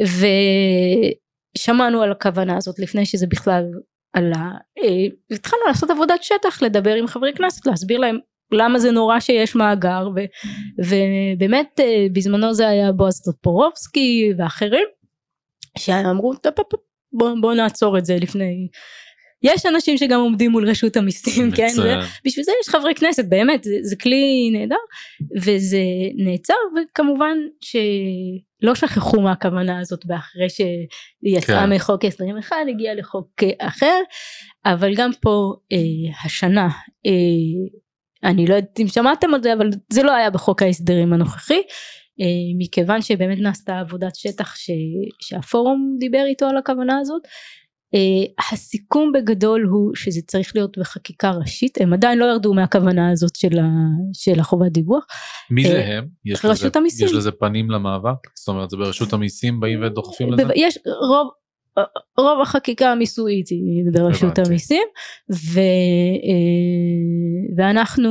ושמענו על הכוונה הזאת לפני שזה בכלל עלה, התחלנו לעשות עבודת שטח, לדבר עם חברי כנסת, להסביר להם למה זה נורא שיש מאגר, ו, ובאמת בזמנו זה היה בועז טופורובסקי ואחרים שאמרו בוא, בוא נעצור את זה לפני, יש אנשים שגם עומדים מול רשות המיסים, כן? זה, בשביל זה יש חברי כנסת, באמת, זה, זה כלי נהדר, וזה נעצר, וכמובן שלא שכחו מהכוונה הזאת, באחרי שיצאה כן. מחוק הסדרים אחד, הגיע לחוק אחר, אבל גם פה אה, השנה, אה, אני לא יודעת אם שמעתם על זה, אבל זה לא היה בחוק ההסדרים הנוכחי, Uh, מכיוון שבאמת נעשתה עבודת שטח ש, שהפורום דיבר איתו על הכוונה הזאת, uh, הסיכום בגדול הוא שזה צריך להיות בחקיקה ראשית, הם עדיין לא ירדו מהכוונה הזאת של, ה, של החובת דיווח. מי זה uh, הם? יש רשות לזה, המיסים. יש לזה פנים למאבק? זאת אומרת זה ברשות המיסים באים ודוחפים לזה? יש רוב, רוב החקיקה המיסויית היא ברשות המיסים, ו, uh, ואנחנו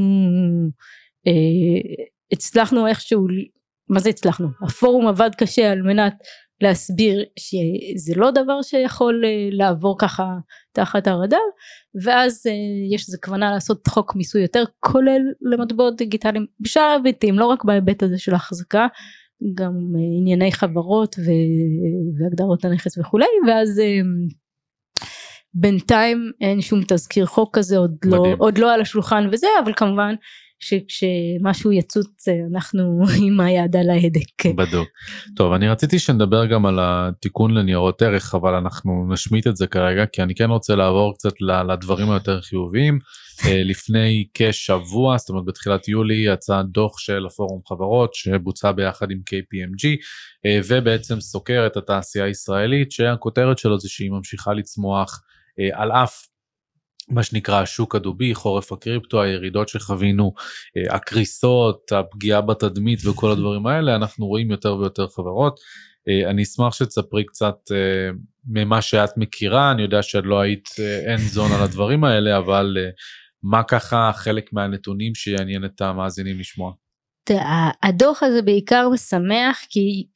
uh, הצלחנו איכשהו, מה זה הצלחנו? הפורום עבד קשה על מנת להסביר שזה לא דבר שיכול לעבור ככה תחת הרדאר, ואז יש איזו כוונה לעשות חוק מיסוי יותר כולל למטבעות דיגיטליים בשאר ההיבטים, לא רק בהיבט הזה של החזקה, גם ענייני חברות והגדרות הנכס וכולי, ואז בינתיים אין שום תזכיר חוק כזה, עוד לא, עוד לא על השולחן וזה, אבל כמובן שכשמשהו יצוץ אנחנו עם היד על ההדק. בדיוק. טוב, אני רציתי שנדבר גם על התיקון לניירות ערך, אבל אנחנו נשמיט את זה כרגע, כי אני כן רוצה לעבור קצת לדברים היותר חיוביים. לפני כשבוע, זאת אומרת בתחילת יולי, יצא דוח של הפורום חברות שבוצע ביחד עם קיי פי אם ג'י, ובעצם סוקר את התעשייה הישראלית, שהכותרת שלו זה שהיא ממשיכה לצמוח על אף מה שנקרא השוק הדובי, חורף הקריפטו, הירידות שחווינו, הקריסות, הפגיעה בתדמית וכל הדברים האלה, אנחנו רואים יותר ויותר חברות. אני אשמח שתספרי קצת ממה שאת מכירה, אני יודע שאת לא היית אין זון על הדברים האלה, אבל מה ככה חלק מהנתונים שיעניין את המאזינים לשמוע? הדוח הזה בעיקר משמח, כי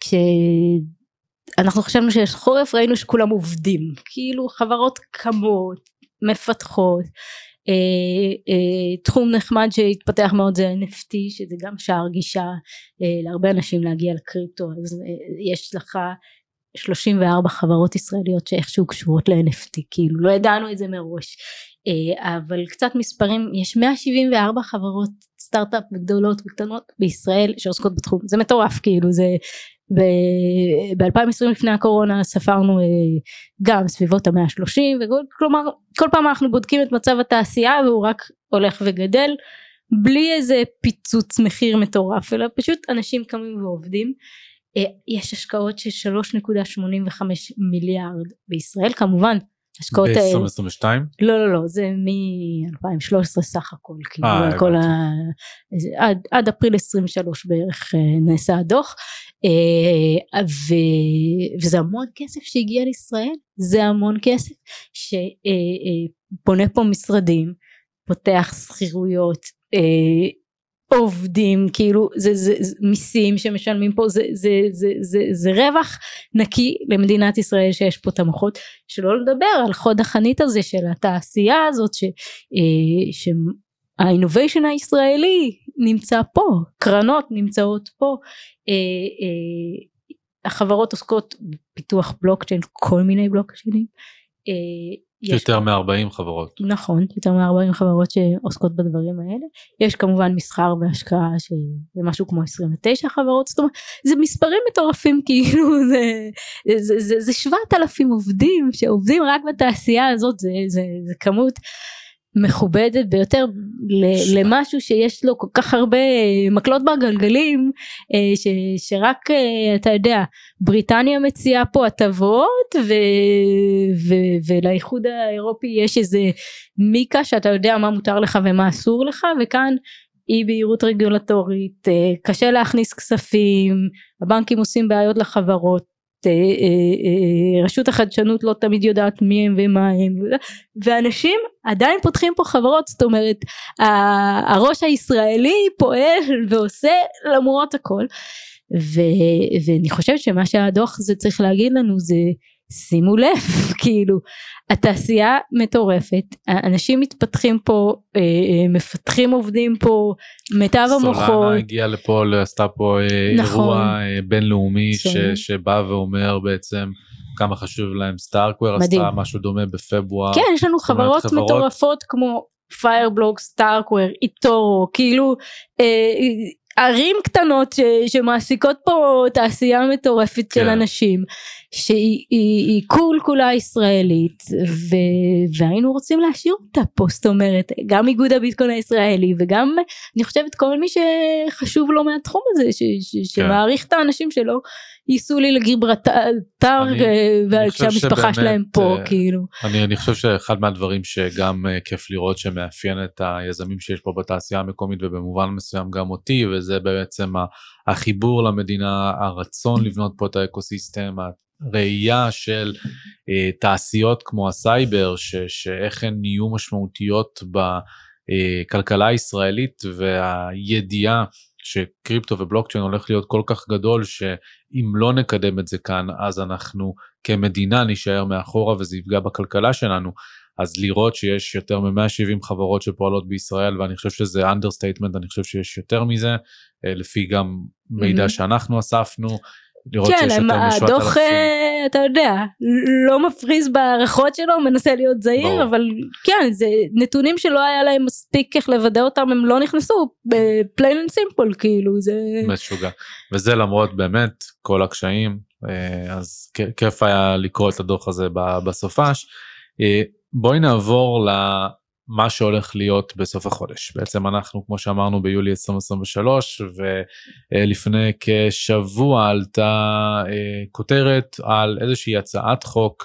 כשאנחנו חשבנו שיש חורף, ראינו שכולם עובדים, כאילו חברות קמות, מפתחות, אה, אה, תחום נחמד שהתפתח מאוד זה אן אף טי, שזה גם שער גישה אה, להרבה אנשים להגיע לקריפטו, אז אה, יש לך שלושים וארבע חברות ישראליות שאיכשהו קשורות ל-אן אף טי, כאילו לא ידענו את זה מראש, אה, אבל קצת מספרים, יש מאה שבעים וארבע חברות סטארט-אפ גדולות וקטנות בישראל שעוסקות בתחום, זה מטורף, כאילו זה ב-אלפיים ועשרים לפני הקורונה ספרנו גם סביבות ה-מאה ושלושים, כלומר כל פעם אנחנו בודקים את מצב התעשייה והוא רק הולך וגדל בלי איזה פיצוץ מחיר מטורף, אלא פשוט אנשים קמים ועובדים. יש השקעות של שלוש נקודה שמונים וחמש מיליארד בישראל, כמובן השקעות ב-עשרים עשרים ושתיים? לא לא לא, זה מ-אלפיים ושלוש עשרה סך הכל, כאילו על כל ה... עד, עד אפריל עשרים ושלוש בערך נעשה הדוח, ו... וזה המון כסף שהגיע לישראל, זה המון כסף שבונה פה משרדים, פותח שכירויות, עובדים, כאילו זה, זה, זה מיסים שמשלמים פה, זה, זה, זה, זה, זה רווח נקי למדינת ישראל שיש פה את המוחות, שלא לדבר על חוד החנית הזה של התעשייה הזאת, ש, שהאינוביישן הישראלי נמצא פה, קרנות נמצאות פה, החברות עוסקות בפיתוח בלוקצ'יין, כל מיני בלוקצ'יינים, יותר מ-ארבעים חברות. נכון, יותר מ-ארבעים חברות שעוסקות בדברים האלה. יש כמובן מסחר והשקעה שזה משהו כמו עשרים ותשע חברות, זאת אומרת, זה מספרים מטורפים כאילו, זה, זה, זה, זה שבעת אלפים עובדים שעובדים רק בתעשייה הזאת, זה, זה, זה כמות מכובדת ביותר למשהו שיש לו כל כך הרבה מקלות בגלגלים, ש, שרק אתה יודע בריטניה מציעה פה הטבות ו, ו, ולאיחוד האירופי יש איזה מיקה שאתה יודע מה מותר לך ומה אסור לך, וכאן אי בהירות רגולטורית, קשה להכניס כספים, הבנקים עושים בעיות לחברות, רשות החדשנות לא תמיד יודעת מי הם ומה הם, ואנשים עדיין פותחים פה חברות, זאת אומרת הראש הישראלי פועל ועושה למרות הכל, ואני חושבת שמה שהדוח זה צריך להגיד לנו זה שימו לב, כאילו התעשייה מטורפת, אנשים מתפתחים פה, מפתחים עובדים פה, מיטב המוחות. סולנה הגיעה לפה, עשתה פה נכון. אירוע בינלאומי ש, שבא ואומר בעצם כמה חשוב להם. סטארקוור עשתה משהו דומה בפברואר. כן, יש לנו חברות, חברות מטורפות כמו פיירבלוג, סטארקוור, איטורו, כאילו אה, ערים קטנות ש, שמעסיקות פה תעשייה מטורפת כן. של אנשים, שהיא היא, היא כול כולה ישראלית, ו, והיינו רוצים להשאיר אותה פה, זאת אומרת, גם איגוד הביטקוין הישראלי, וגם אני חושבת כל מי שחשוב לו מהתחום הזה, ש, ש, כן. שמעריך את האנשים שלו, ייסעו לי לגיברלטר, כשהמשפחה שלהם פה, כאילו. אני, אני חושב שאחד מהדברים שגם כיף לראות שמאפיין את היזמים שיש פה בתעשייה המקומית, ובמובן מסוים גם אותי, וזה בעצם החיבור למדינה, הרצון לבנות פה את האקוסיסטם, הראייה של uh, תעשיות כמו הסייבר, ש, שאיך הן נהיו משמעותיות בכלכלה הישראלית, והידיעה שקריפטו ובלוקצ'יין הולך להיות כל כך גדול, שאם לא נקדם את זה כאן, אז אנחנו כמדינה נשאר מאחורה, וזה יפגע בכלכלה שלנו. אז לראות שיש יותר מ-מאה שבעים חברות שפועלות בישראל, ואני חושב שזה understatement, אני חושב שיש יותר מזה, לפי גם מידע שאנחנו אספנו, לראות כן, שיש יותר משעות הדוח, אתה יודע, לא מפריז בערכות שלו, מנסה להיות זהיר, ברור. אבל כן, זה נתונים שלא היה להם מספיק איך לוודא אותם, הם לא נכנסו, ב-plain and simple, כאילו, זה... משוגע, וזה למרות באמת כל הקשיים, אז כיף היה לקרוא את הדוח הזה בסופש. בואי נעבור למה שהולך להיות בסוף החודש. בעצם אנחנו, כמו שאמרנו, ביולי עשרים עשרים ושלוש, ולפני כשבוע עלתה כותרת על איזושהי הצעת חוק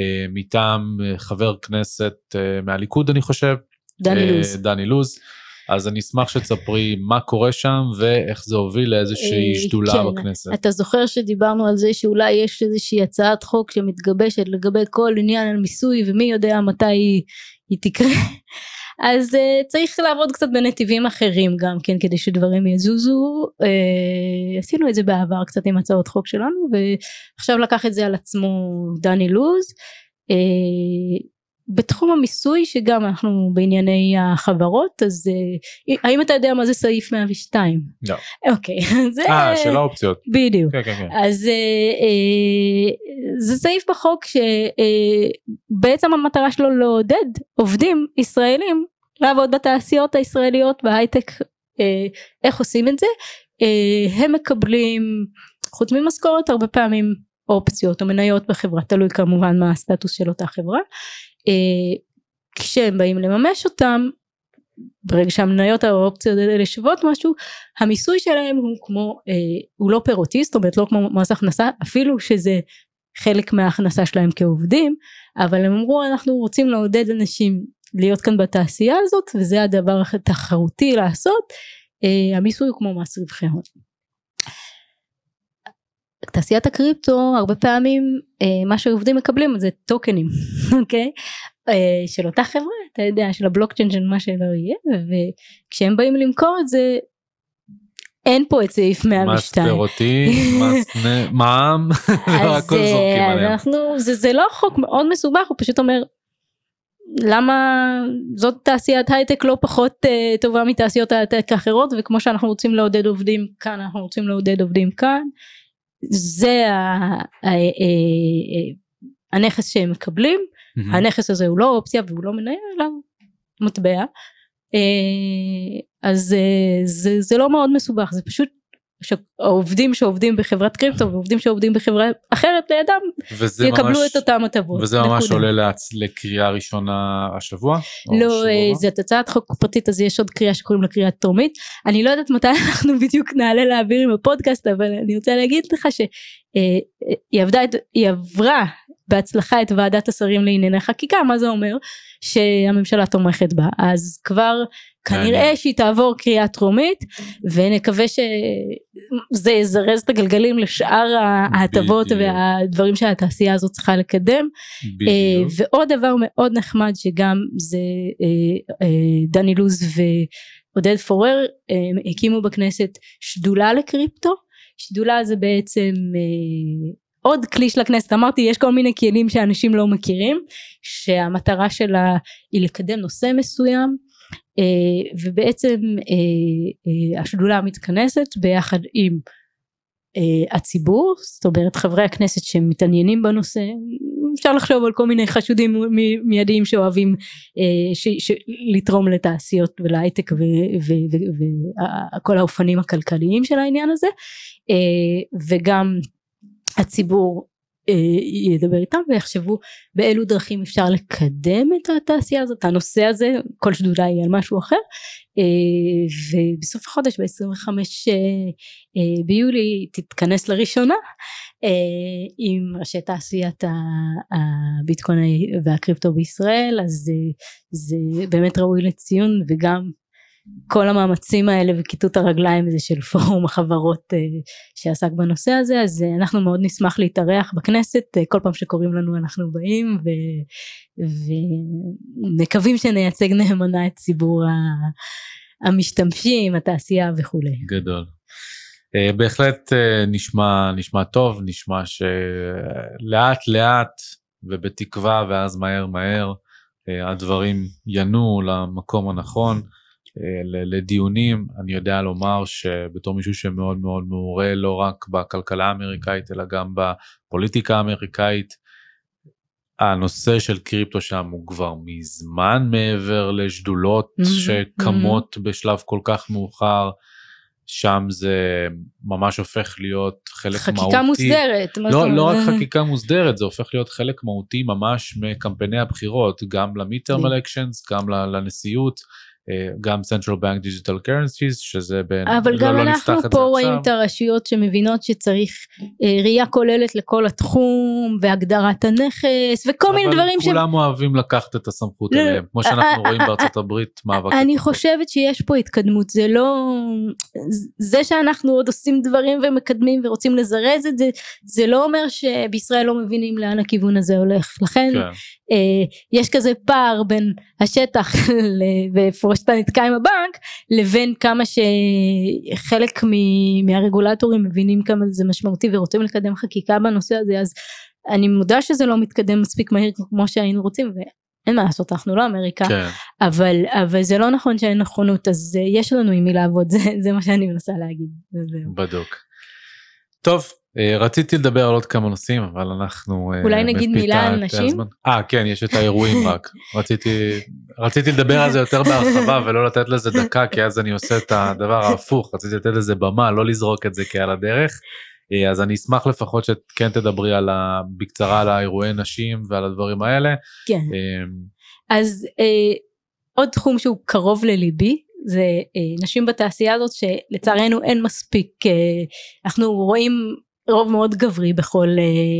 מטעם חבר כנסת מהליכוד, אני חושב. דני לוז. דני לוז. אז אני אשמח שתספרי מה קורה שם, ואיך זה הוביל לאיזושהי שדולה כן, בכנסת. אתה זוכר שדיברנו על זה שאולי יש איזושהי הצעת חוק שמתגבשת לגבי כל עניין על מיסוי, ומי יודע מתי היא, היא תקרה. אז uh, צריך לעבוד קצת בנתיבים אחרים גם כן, כדי שדברים יזוזו. Uh, עשינו את זה בעבר קצת עם הצעות חוק שלנו, ועכשיו לקח את זה על עצמו דני לוז. Uh, בתחום המיסוי שגם אנחנו בענייני החברות, אז האם אתה יודע מה זה סעיף מאה ושתיים? לא. אוקיי. אה, של האופציות. בדיוק. כן, כן, כן. אז זה סעיף בחוק שבעצם המטרה שלו לעודד עובדים ישראלים לעבוד בתעשיות הישראליות בהייטק. איך עושים את זה? הם מקבלים, חוץ ממשכורת, הרבה פעמים אופציות או מניות בחברה, תלוי כמובן מה הסטטוס של אותה חברה. כשהם באים לממש אותם, ברגע שהמניות האופציות האלה שוות משהו, המיסוי שלהם הוא כמו, הוא לא פירותי, זאת אומרת לא כמו מס הכנסה, אפילו שזה חלק מההכנסה שלהם כעובדים, אבל הם אמרו אנחנו רוצים לעודד אנשים להיות כאן בתעשייה הזאת, וזה הדבר התחרותי לעשות, המיסוי הוא כמו מס רווחי הון. תעשיית הקריפטו הרבה פעמים מה שעובדים מקבלים זה טוקנים, אוקיי? של אותה חברה, אתה יודע, של הבלוקצ'יין של מה שלא יהיה, וכשהם באים למכור את זה, אין פה את סעיף מאה ושתיים. מס פירותי, מס מע"מ, הכל זורקים עליהם. זה לא חוק מאוד מסובך, הוא פשוט אומר, למה זאת תעשיית הייטק לא פחות טובה מתעשיות הייטק האחרות, וכמו שאנחנו רוצים לעודד עובדים כאן, אנחנו רוצים לעודד עובדים כאן, זה הנכס שהם מקבלים, הנכס הזה הוא לא אופציה והוא לא מניה אלא מטבע, אז זה, זה לא מאוד מסובך, זה פשוט העובדים שעובדים בחברת קריפטו ועובדים שעובדים בחברה אחרת לידם יקבלו ממש, את אותם הטבות. וזה ממש נקודה. עולה להצ... לקריאה ראשונה השבוע? לא, זאת הצעת חוק פרטית, אז יש עוד קריאה שקוראים לה קריאה טרומית. אני לא יודעת מתי אנחנו בדיוק נעלה להעביר עם הפודקאסט, אבל אני רוצה להגיד לך שהיא עבדה, היא עברה בהצלחה את ועדת השרים לענייני חקיקה. מה זה אומר? שהממשלה תומכת בה, אז כבר כנראה שהיא תעבור קריאה טרומית, ונקווה שזה יזרז את הגלגלים לשאר ההטבות והדברים שהתעשייה הזאת צריכה לקדם. ועוד דבר מאוד נחמד שגם זה דני לוז ועודד פורר הקימו בכנסת שדולה לקריפטו. שדולה זה בעצם עוד כלי של הכנסת, אמרתי יש כל מיני כלים שאנשים לא מכירים, שהמטרה שלה היא לקדם נושא מסוים, ובעצם השדולה מתכנסת ביחד עם הציבור, זאת אומרת חברי הכנסת שמתעניינים בנושא, אפשר לחשוב על כל מיני חשודים מיידיים שאוהבים לתרום לתעשיות ולהייטק וכל האופנים הכלכליים של העניין הזה, וגם הציבור ידבר איתם ויחשבו באילו דרכים אפשר לקדם את התעשייה הזאת, הנושא הזה, כל שדולה יהיה על משהו אחר, ובסוף החודש ב-עשרים וחמישה ביולי תתכנס לראשונה עם ראשי תעשיית הביטקוין והקריפטו בישראל, אז זה באמת ראוי לציון, וגם כל המאמצים האלה וכיתות הרגליים הזה של פורום החברות שעסק בנושא הזה, אז אנחנו מאוד נשמח להתארח בכנסת, כל פעם שקוראים לנו אנחנו באים, ונקווים שנייצג נאמנה את ציבור המשתמשים, התעשייה וכו'. גדול. בהחלט נשמע, נשמע טוב, נשמע שלאט לאט ובתקווה ואז מהר מהר הדברים ינועו למקום הנכון, לדיונים. אני יודע לומר שבתור מישהו שמאוד מאוד מעורה לא רק בכלכלה האמריקאית אלא גם בפוליטיקה האמריקאית, הנושא של קריפטו שם הוא כבר מזמן מעבר לשדולות שקמות בשלב כל כך מאוחר, שם זה ממש הופך להיות חלק חקיקה מהותי. חקיקה מוסדרת. לא, לא רק חקיקה מוסדרת, זה הופך להיות חלק מהותי ממש מקמפייני הבחירות, גם למיטרם אלקשנס, גם לנשיאות, גם Central Bank Digital Currencies, שזה בין... אבל לא, גם לא אנחנו פה רואים את הרשויות שמבינות שצריך אה, ראייה כוללת לכל התחום, והגדרת הנכס, וכל מיני דברים ש... אבל כולם אוהבים לקחת את הסמכות לא, אליהם, כמו שאנחנו רואים בארצות הברית, מאבק. אני חושבת שיש פה התקדמות, זה לא... זה שאנחנו עוד עושים דברים ומקדמים ורוצים לזרז את זה, זה לא אומר שבישראל לא מבינים לאן הכיוון הזה הולך, לכן כן. אה, יש כזה פער בין השטח ואיפה שאתה נתקע עם הבנק, לבין כמה שחלק מהרגולטורים מבינים כמה זה משמעותי ורוצים לקדם חקיקה בנושא הזה, אז אני מודע שזה לא מתקדם מספיק מהיר כמו שהיינו רוצים, ואין מה לעשות, אנחנו לא אמריקה, כן. אבל, אבל זה לא נכון שאין נכונות, אז יש לנו עם מי לעבוד, זה, זה מה שאני מנסה להגיד. בדוק. טוב, רציתי לדבר על עוד כמה נושאים, אבל אנחנו... אולי נגיד מילה על נשים? אה, כן, יש את האירועים רק. רציתי, רציתי לדבר על זה יותר בהרחבה, ולא לתת לזה דקה, כי אז אני עושה את הדבר ההפוך, רציתי לתת לזה במה, לא לזרוק את זה כעל הדרך, אז אני אשמח לפחות שכן תדברי על ה... בקצרה על האירועי נשים ועל הדברים האלה. כן. אז עוד תחום שהוא קרוב לליבי, זה נשים בתעשייה הזאת, שלצערנו אין מספיק, אנחנו רואים רוב מאוד גברי בכל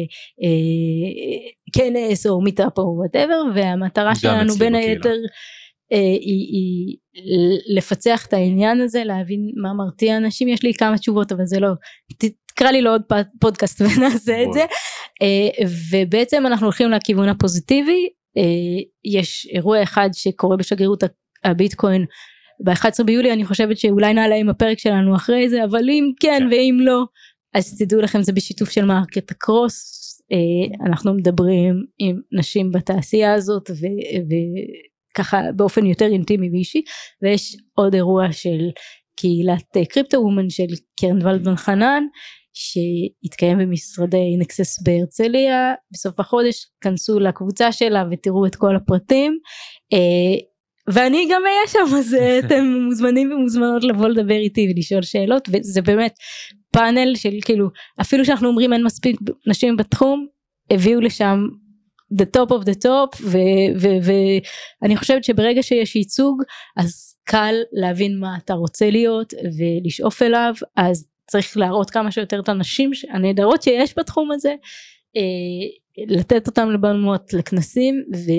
כנס או מיטאפ או whatever, והמטרה שלנו בין היתר היא לפצח את העניין הזה, להבין מה מרתיע אנשים. יש לי כמה תשובות אבל זה לא, תקרא לי לעוד פודקאסט ונעשה את זה. ובעצם אנחנו הולכים לכיוון הפוזיטיבי. יש אירוע אחד שקורה בשגרירות הביטקוין ב-אחד עשר ביולי, אני חושבת שאולי נעלה עם הפרק שלנו אחרי זה, אבל אם כן ואם לא, אז תדעו לכם, זה בשיתוף של מרקט הקרוס, אנחנו מדברים עם נשים בתעשייה הזאת, וככה באופן יותר אינטימי ואישי, ויש עוד אירוע של קהילת קריפטו וומן של קרן ולדמן חנן, שהתקיים במשרדי נקסס בהרצליה, בסוף החודש כנסו לקבוצה שלה ותראו את כל הפרטים, ואני גם אהיה שם, אז אתם מוזמנים ומוזמנות לבוא לדבר איתי ולשאול שאלות, וזה באמת פאנל של כאילו, אפילו שאנחנו אומרים אין מספיק נשים בתחום, הביאו לשם the top of the top, ואני חושבת שברגע שיש ייצוג, אז קל להבין מה אתה רוצה להיות, ולשאוף אליו, אז צריך להראות כמה שיותר את הנשים הנהדרות שיש בתחום הזה, לתת אותם לבמות, לכנסים,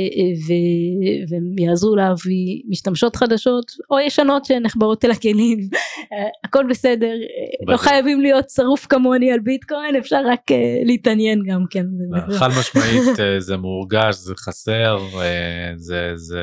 והם יעזרו להביא משתמשות חדשות, או ישנות שנחברות אל הכלים, הכל בסדר, לא חייבים להיות צרוף כמוני על ביטקוין, אפשר רק להתעניין גם כן. חד משמעית, זה מורגש, זה חסר, זה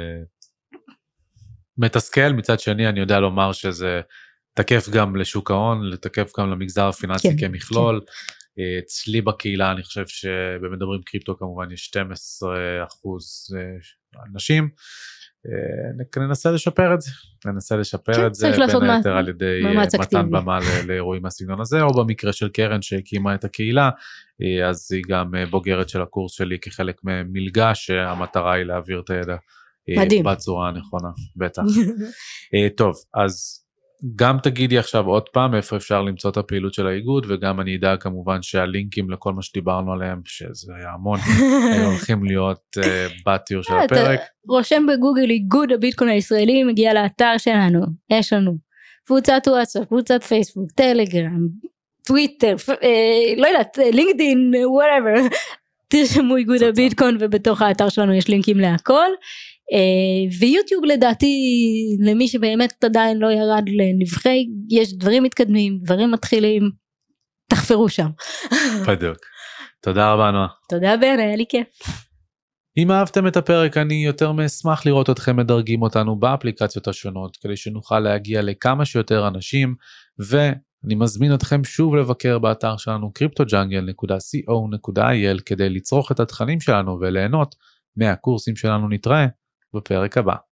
מתסכל, מצד שני אני יודע לומר שזה תקף גם לשוק ההון, לתקף גם למגזר הפיננסי כמכלול, אצלי בקהילה אני חושב שבמדברים קריפטו כמובן יש שנים עשר אחוז אנשים, ננסה לשפר את זה, ננסה לשפר את זה בין היתר על ידי מתן במה לאירועים מהסגנון הזה, או במקרה של קרן שהקימה את הקהילה, אז היא גם בוגרת של הקורס שלי כחלק ממלגה שהמטרה היא להעביר את הידע בצורה הנכונה, בטח. טוב, אז גם תגידי עכשיו עוד פעם איפה אפשר למצוא את הפעילות של האיגוד, וגם אני אדע כמובן שהלינקים לכל מה שדיברנו עליהם, שזה היה המון, היו הולכים להיות בתיאור של הפרק. רושם בגוגל איגוד הביטקוין הישראלי, מגיע לאתר שלנו, יש לנו קבוצת וואטסאפ, קבוצת פייסבוק, טלגרם, טוויטר, לא יודעת, לינקדין, whatever, תרשמו איגוד הביטקוין, ובתוך האתר שלנו יש לינקים להכל, ויוטיוב לדעתי למי שבאמת עדיין לא ירד לנבחי, יש דברים מתקדמים, דברים מתחילים, תחפרו שם. בדיוק. תודה רבה נועה. תודה בן, היה לי כיף. אם אהבתם את הפרק, אני יותר מאשמח לראות אתכם מדרגים אותנו באפליקציות השונות, כדי שנוכל להגיע לכמה שיותר אנשים, ואני מזמין אתכם שוב לבקר באתר שלנו קריפטו ג'אנגל נקודה סי או נקודה איי אל כדי לצרוך את התכנים שלנו וליהנות מהקורסים שלנו. נתראה בפרק הבא.